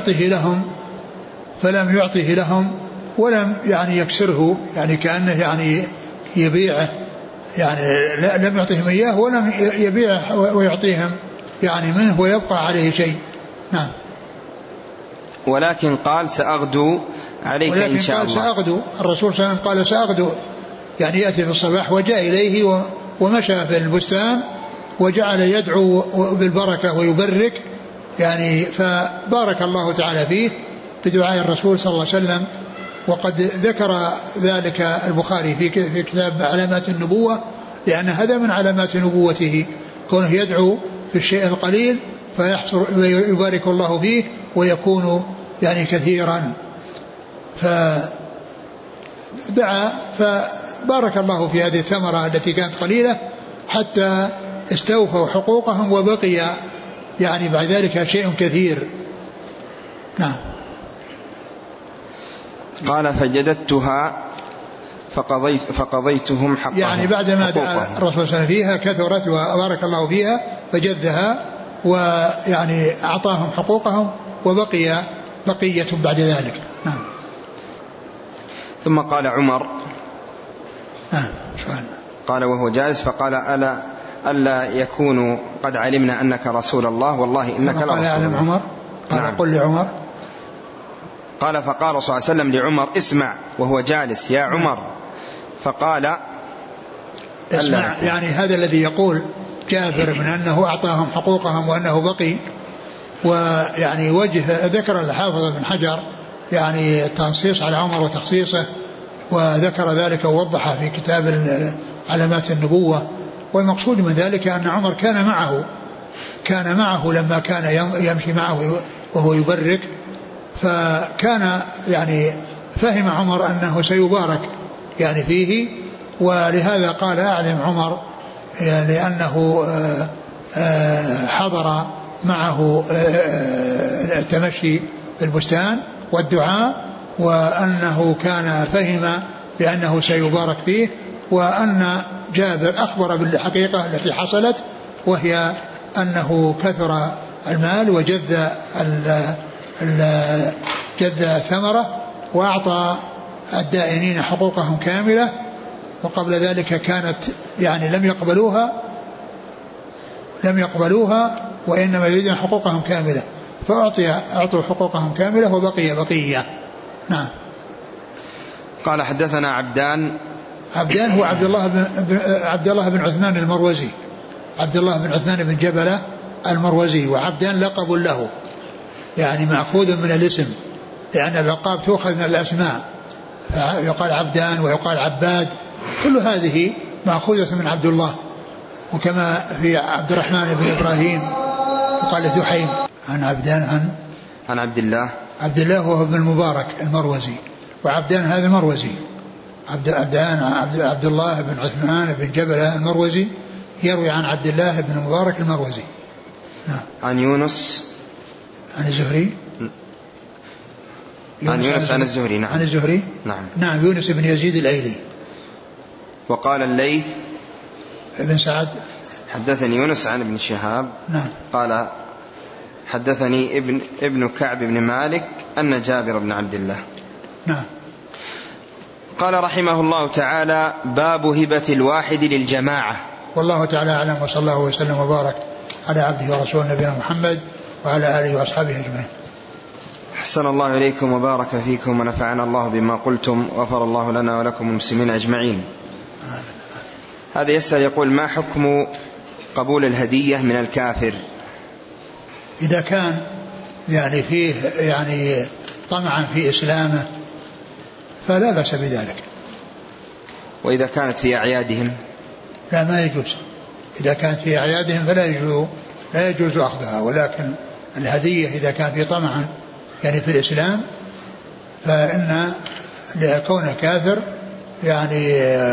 يعطه لهم ولم يعني يكسره، يعني كأنه يعني يبيعه، يعني لم يعطيهم إياه ولم يبيعه ويعطيهم يعني منه ويبقى عليه شيء. نعم. ولكن قال سأغدو عليك إن شاء الله. سأغدو، الرسول صلى الله عليه وسلم قال سأغدو، يعني يأتي في الصباح، وجاء إليه ومشى في البستان وجعل يدعو بالبركة ويبرك، يعني فبارك الله تعالى فيه بدعاء الرسول صلى الله عليه وسلم. وقد ذكر ذلك البخاري في كتاب علامات النبوة، لأن هذا من علامات نبوته كونه يدعو في الشيء القليل فيحصل ويبارك الله فيه ويكون يعني كثيرا. فدعا فبارك الله في هذه الثمرة التي كانت قليلة حتى استوفوا حقوقهم وبقي يعني بعد ذلك شيء كثير. نعم. قال فجددتها فقضيتهم حقهم، يعني بعدما دعا الرسول صلى الله عليه وسلم فيها كثرت وبارك الله فيها فجدها ويعني أعطاهم حقوقهم وبقي بقية بعد ذلك. نعم. ثم قال عمر نعم قال وهو جالس فقال ألا يكونوا قد علمنا أنك رسول الله والله إنك لرسول الله. قال عمر قال نعم. قل لعمر قال فقال صلى الله عليه وسلم لعمر اسمع وهو جالس يا عمر، فقال اسمع، يعني هذا الذي يقول جابر من أنه أعطاهم حقوقهم وأنه بقي. ويعني وجه ذكر الحافظ بن حجر يعني التنصيص على عمر وتخصيصه، وذكر ذلك ووضح في كتاب علامات النبوة. والمقصود من ذلك أن عمر كان معه كان معه لما كان يمشي معه وهو يبرك، فكان يعني فهم عمر أنه سيبارك يعني فيه، ولهذا قال أعلم عمر يعني لأنه حضر معه التمشي في البستان والدعاء، وأنه كان فهم بأنه سيبارك فيه، وأن جابر أخبر بالحقيقة التي حصلت، وهي أنه كثر المال وجذ ثمرة وأعطى الدائنين حقوقهم كاملة، وقبل ذلك كانت يعني لم يقبلوها وإنما يريدون حقوقهم كاملة، فأعطوا حقوقهم كاملة وبقي بقية. نعم. قال حدثنا عبدان هو عبد الله بن عثمان المروزي، عبد الله بن عثمان بن جبلة المروزي، وعبدان لقب له يعني مأخوذ من الاسم، لأن الألقاب تؤخذ من الأسماء، يقال عبدان ويقال عباد، كل هذه مأخوذة من عبد الله. وكما في عبد الرحمن بن إبراهيم يقال دحيم عن عبدان عن عبد الله وهو ابن المبارك المروزي، وعبدان هذا المروزي، عبد الله بن عثمان بن جبلة المروزي يروي عن عبد الله بن المبارك المروزي. نعم. عن يونس عن الزهري عن الزهري. نعم. عن الزهري. نعم. يونس بن يزيد الأيلي. وقال الليث بن سعد حدثني يونس عن ابن شهاب. نعم. قال حدثني ابن كعب بن مالك أن جابر بن عبد الله. نعم. قال رحمه الله تعالى: باب هبة الواحد للجماعة. والله تعالى أعلم، وصلى الله وسلم وبارك على عبده ورسوله نبينا محمد وعلى آله وأصحابه أجمعين. أحسن الله إليكم وبارك فيكم ونفعنا الله بما قلتم وغفر الله لنا ولكم المسلمين أجمعين. هذا يسأل يقول: ما حكم قبول الهدية من الكافر؟ إذا كان يعني فيه يعني طمعا في إسلامه فلا بأس بذلك. وإذا كانت في أعيادهم؟ لا، ما يجوز. إذا كانت في أعيادهم لا يجوز أخذها، ولكن الهدية إذا كان في طمعا يعني في الإسلام، فإن لكونه كافر يعني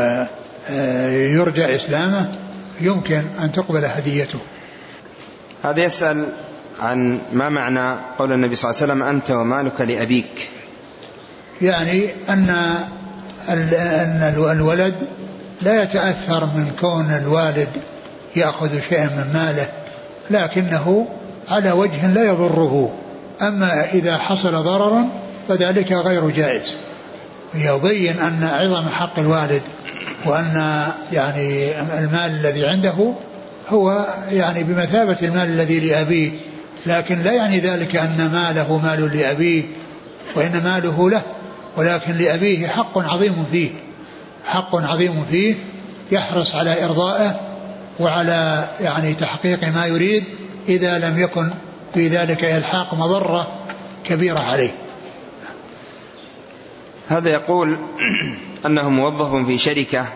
يرجى إسلامه يمكن أن تقبل هديته. هذا يسأل عن ما معنى قول النبي صلى الله عليه وسلم: أنت ومالك لأبيك. يعني أن الولد لا يتأثر من كون الوالد يأخذ شيئا من ماله، لكنه على وجه لا يضره. أما إذا حصل ضرر فذلك غير جائز. يبين أن عظم حق الوالد، وأن يعني المال الذي عنده هو يعني بمثابة المال الذي لأبيه، لكن لا يعني ذلك أن ماله مال لأبيه وإن ماله له، ولكن لأبيه حق عظيم فيه يحرص على إرضائه وعلى يعني تحقيق ما يريد إذا لم يكن في ذلك يلحق مضرة كبيرة عليه. هذا يقول أنه موظف في شركة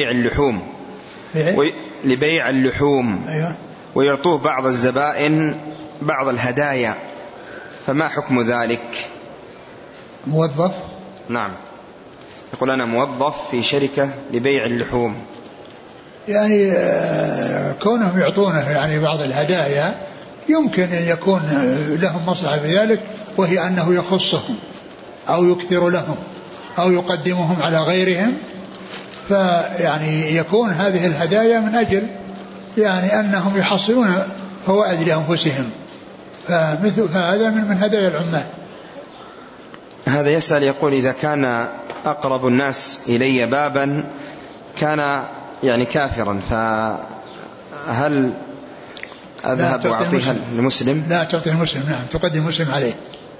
لبيع اللحوم أيوة. ويعطوه بعض الزبائن بعض الهدايا، فما حكم ذلك؟ موظف؟ نعم، يقول أنا موظف في شركة لبيع اللحوم، يعني كونهم يعطونه يعني بعض الهدايا يمكن أن يكون لهم مصلحة بذلك، وهي أنه يخصهم أو يكثر لهم أو يقدمهم على غيرهم، فيعني يكون هذه الهدايا من أجل يعني أنهم يحصلون فوائد لأنفسهم، فهذا من هدايا العمال. هذا يسأل يقول: إذا كان أقرب الناس إلي بابا كان يعني كافرا، فهل أذهب وأعطيها المسلم؟ لا تعطي المسلم، نعم، تقدم المسلم عليه.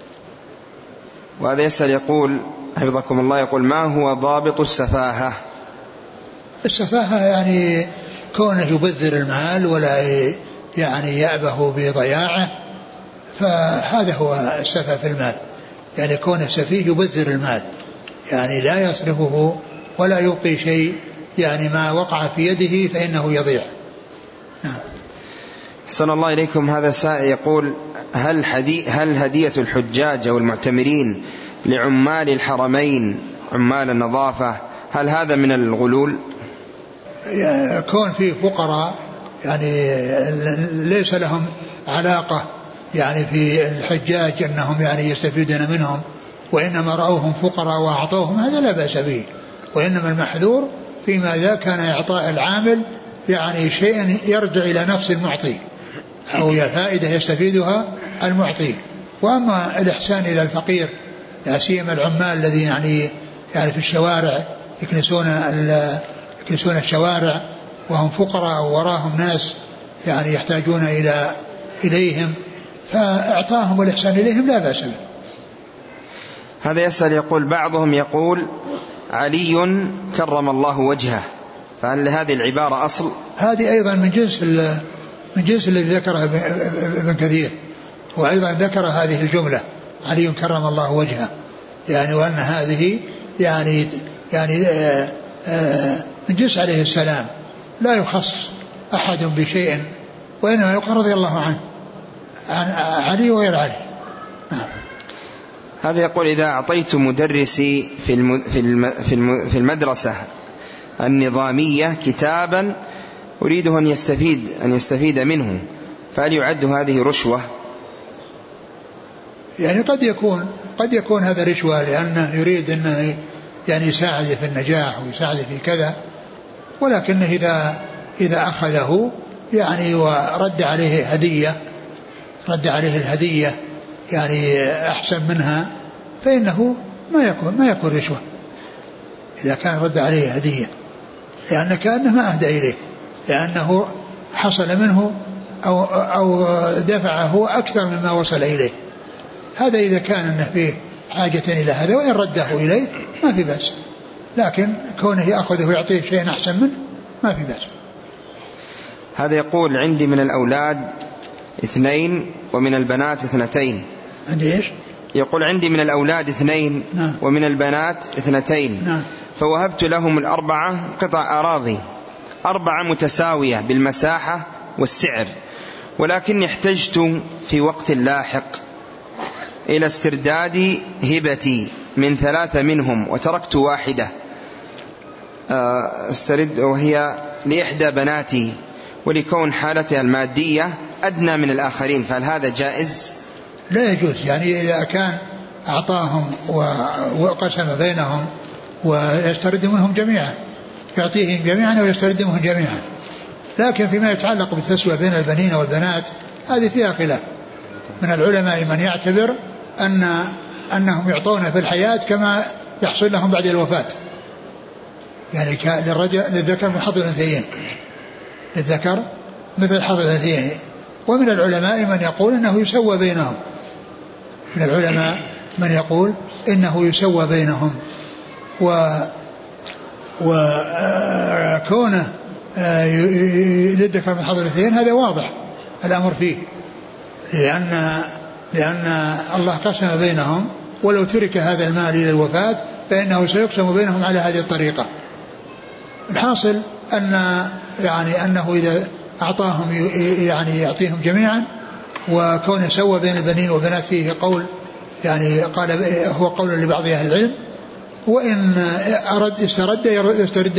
وهذا يسأل يقول حفظكم الله، يقول: ما هو ضابط السفاهة؟ السفاهة يعني كونه يبذر المال ولا يعني يأبه بضياعه، فهذا هو السفه في المال، يعني كونه سفيه يبذر المال، يعني لا يصرفه ولا يبقي شيء، يعني ما وقع في يده فإنه يضيع. نعم. أحسن الله إليكم. هذا سائل يقول: هل هدية الحجاج أو المعتمرين لعمال الحرمين عمال النظافة هل هذا من الغلول؟ كون في فقراء يعني ليس لهم علاقة يعني في الحجاج أنهم يعني يستفيدون منهم، وإنما رأوهم فقراء وأعطوهم، هذا لا بأس به. وإنما المحذور فيما إذا كان إعطاء العامل يعني شيء يرجع إلى نفس المعطي أو فائدة يستفيدها المعطي. وأما الإحسان إلى الفقير لا سيما العمال الذين يعني في الشوارع يكنسون الشوارع وهم فقراء ووراهم ناس يعني يحتاجون إليهم، فإعطاهم والإحسان إليهم لا بأس به. هذا يسأل يقول: بعضهم يقول علي كرم الله وجهه، فهل هذه العبارة أصل؟ هذه أيضا من جنس الذي ذكرها ابن كثير، وأيضا ذكر هذه الجملة علي كرم الله وجهه، يعني وأن هذه يعني من جنس عليه السلام، لا يخص أحد بشيء، وإنما يقول رضي الله عنه عن علي وغير علي. هذا يقول: إذا أعطيت مدرسي في المدرسة النظامية كتابا أريده أن يستفيد منه، فهل يعد هذه رشوة؟ يعني قد يكون هذا رشوة، لأنه يريد أنه يعني يساعد في النجاح ويساعد في كذا، ولكنه إذا أخذه يعني ورد عليه الهدية يعني أحسن منها، فإنه ما يكون رشوة إذا كان رد عليه هدية، لأن كأنه ما أهدى إليه، لأنه حصل منه أو دفعه أكثر مما وصل إليه. هذا إذا كان أنه فيه حاجة إلى هذا، وإن رده إليه ما في بأس، لكن كونه يأخذه ويعطيه شيء أحسن منه ما في بأس. هذا يقول: عندي من الأولاد 2 ومن البنات 2. عندي إيش؟ يقول: عندي من الأولاد 2 ومن البنات 2. فوهبت لهم 4 قطع أراضي، 4 متساوية بالمساحة والسعر، ولكن احتجت في وقت لاحق إلى استرداد هبتي من 3 منهم، وتركت 1 استرد، وهي لإحدى بناتي، ولكون حالتها المادية أدنى من الآخرين، فهل هذا جائز؟ لا يجوز. يعني إذا كان أعطاهم وقسم بينهم ويسترد منهم جميعا، يعطيهم جميعا ويسترد منهم جميعا، لكن فيما يتعلق بالتسوية بين البنين والبنات هذه فيها خلاف. من العلماء من يعتبر أنهم يعطون في الحياة كما يحصل لهم بعد الوفاة، يعني للذكر من حظ الأنثيين، للذكر مثل حظ الأنثيين. ومن العلماء من يقول إنه يسوى بينهم، من العلماء من يقول إنه يسوى بينهم، وكونه للذكر من حظ الأنثيين هذا واضح الأمر فيه، لأن الله قسم بينهم، ولو ترك هذا المال إلى الوفاة فإنه سيقسم بينهم على هذه الطريقة. الحاصل أنه إذا أعطاهم يعني يعطيهم جميعا، وكونه سوى بين البنين والبنات فيه قول يعني قال هو قول لبعض أهل العلم، وإن أرد يسترد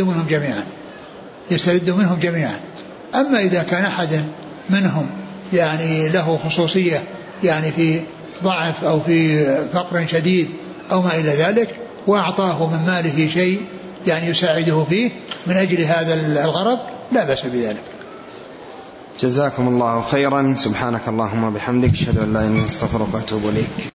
منهم جميعا. أما إذا كان أحد منهم يعني له خصوصية يعني في ضعف أو في فقر شديد أو ما إلى ذلك، وأعطاه من ماله شيء يعني يساعده فيه من أجل هذا الغرض، لا بأس بذلك. جزاكم الله خيرا. سبحانك اللهم وبحمدك، أشهد أن لا إله إلا أنت، أستغفرك وأتوب إليك.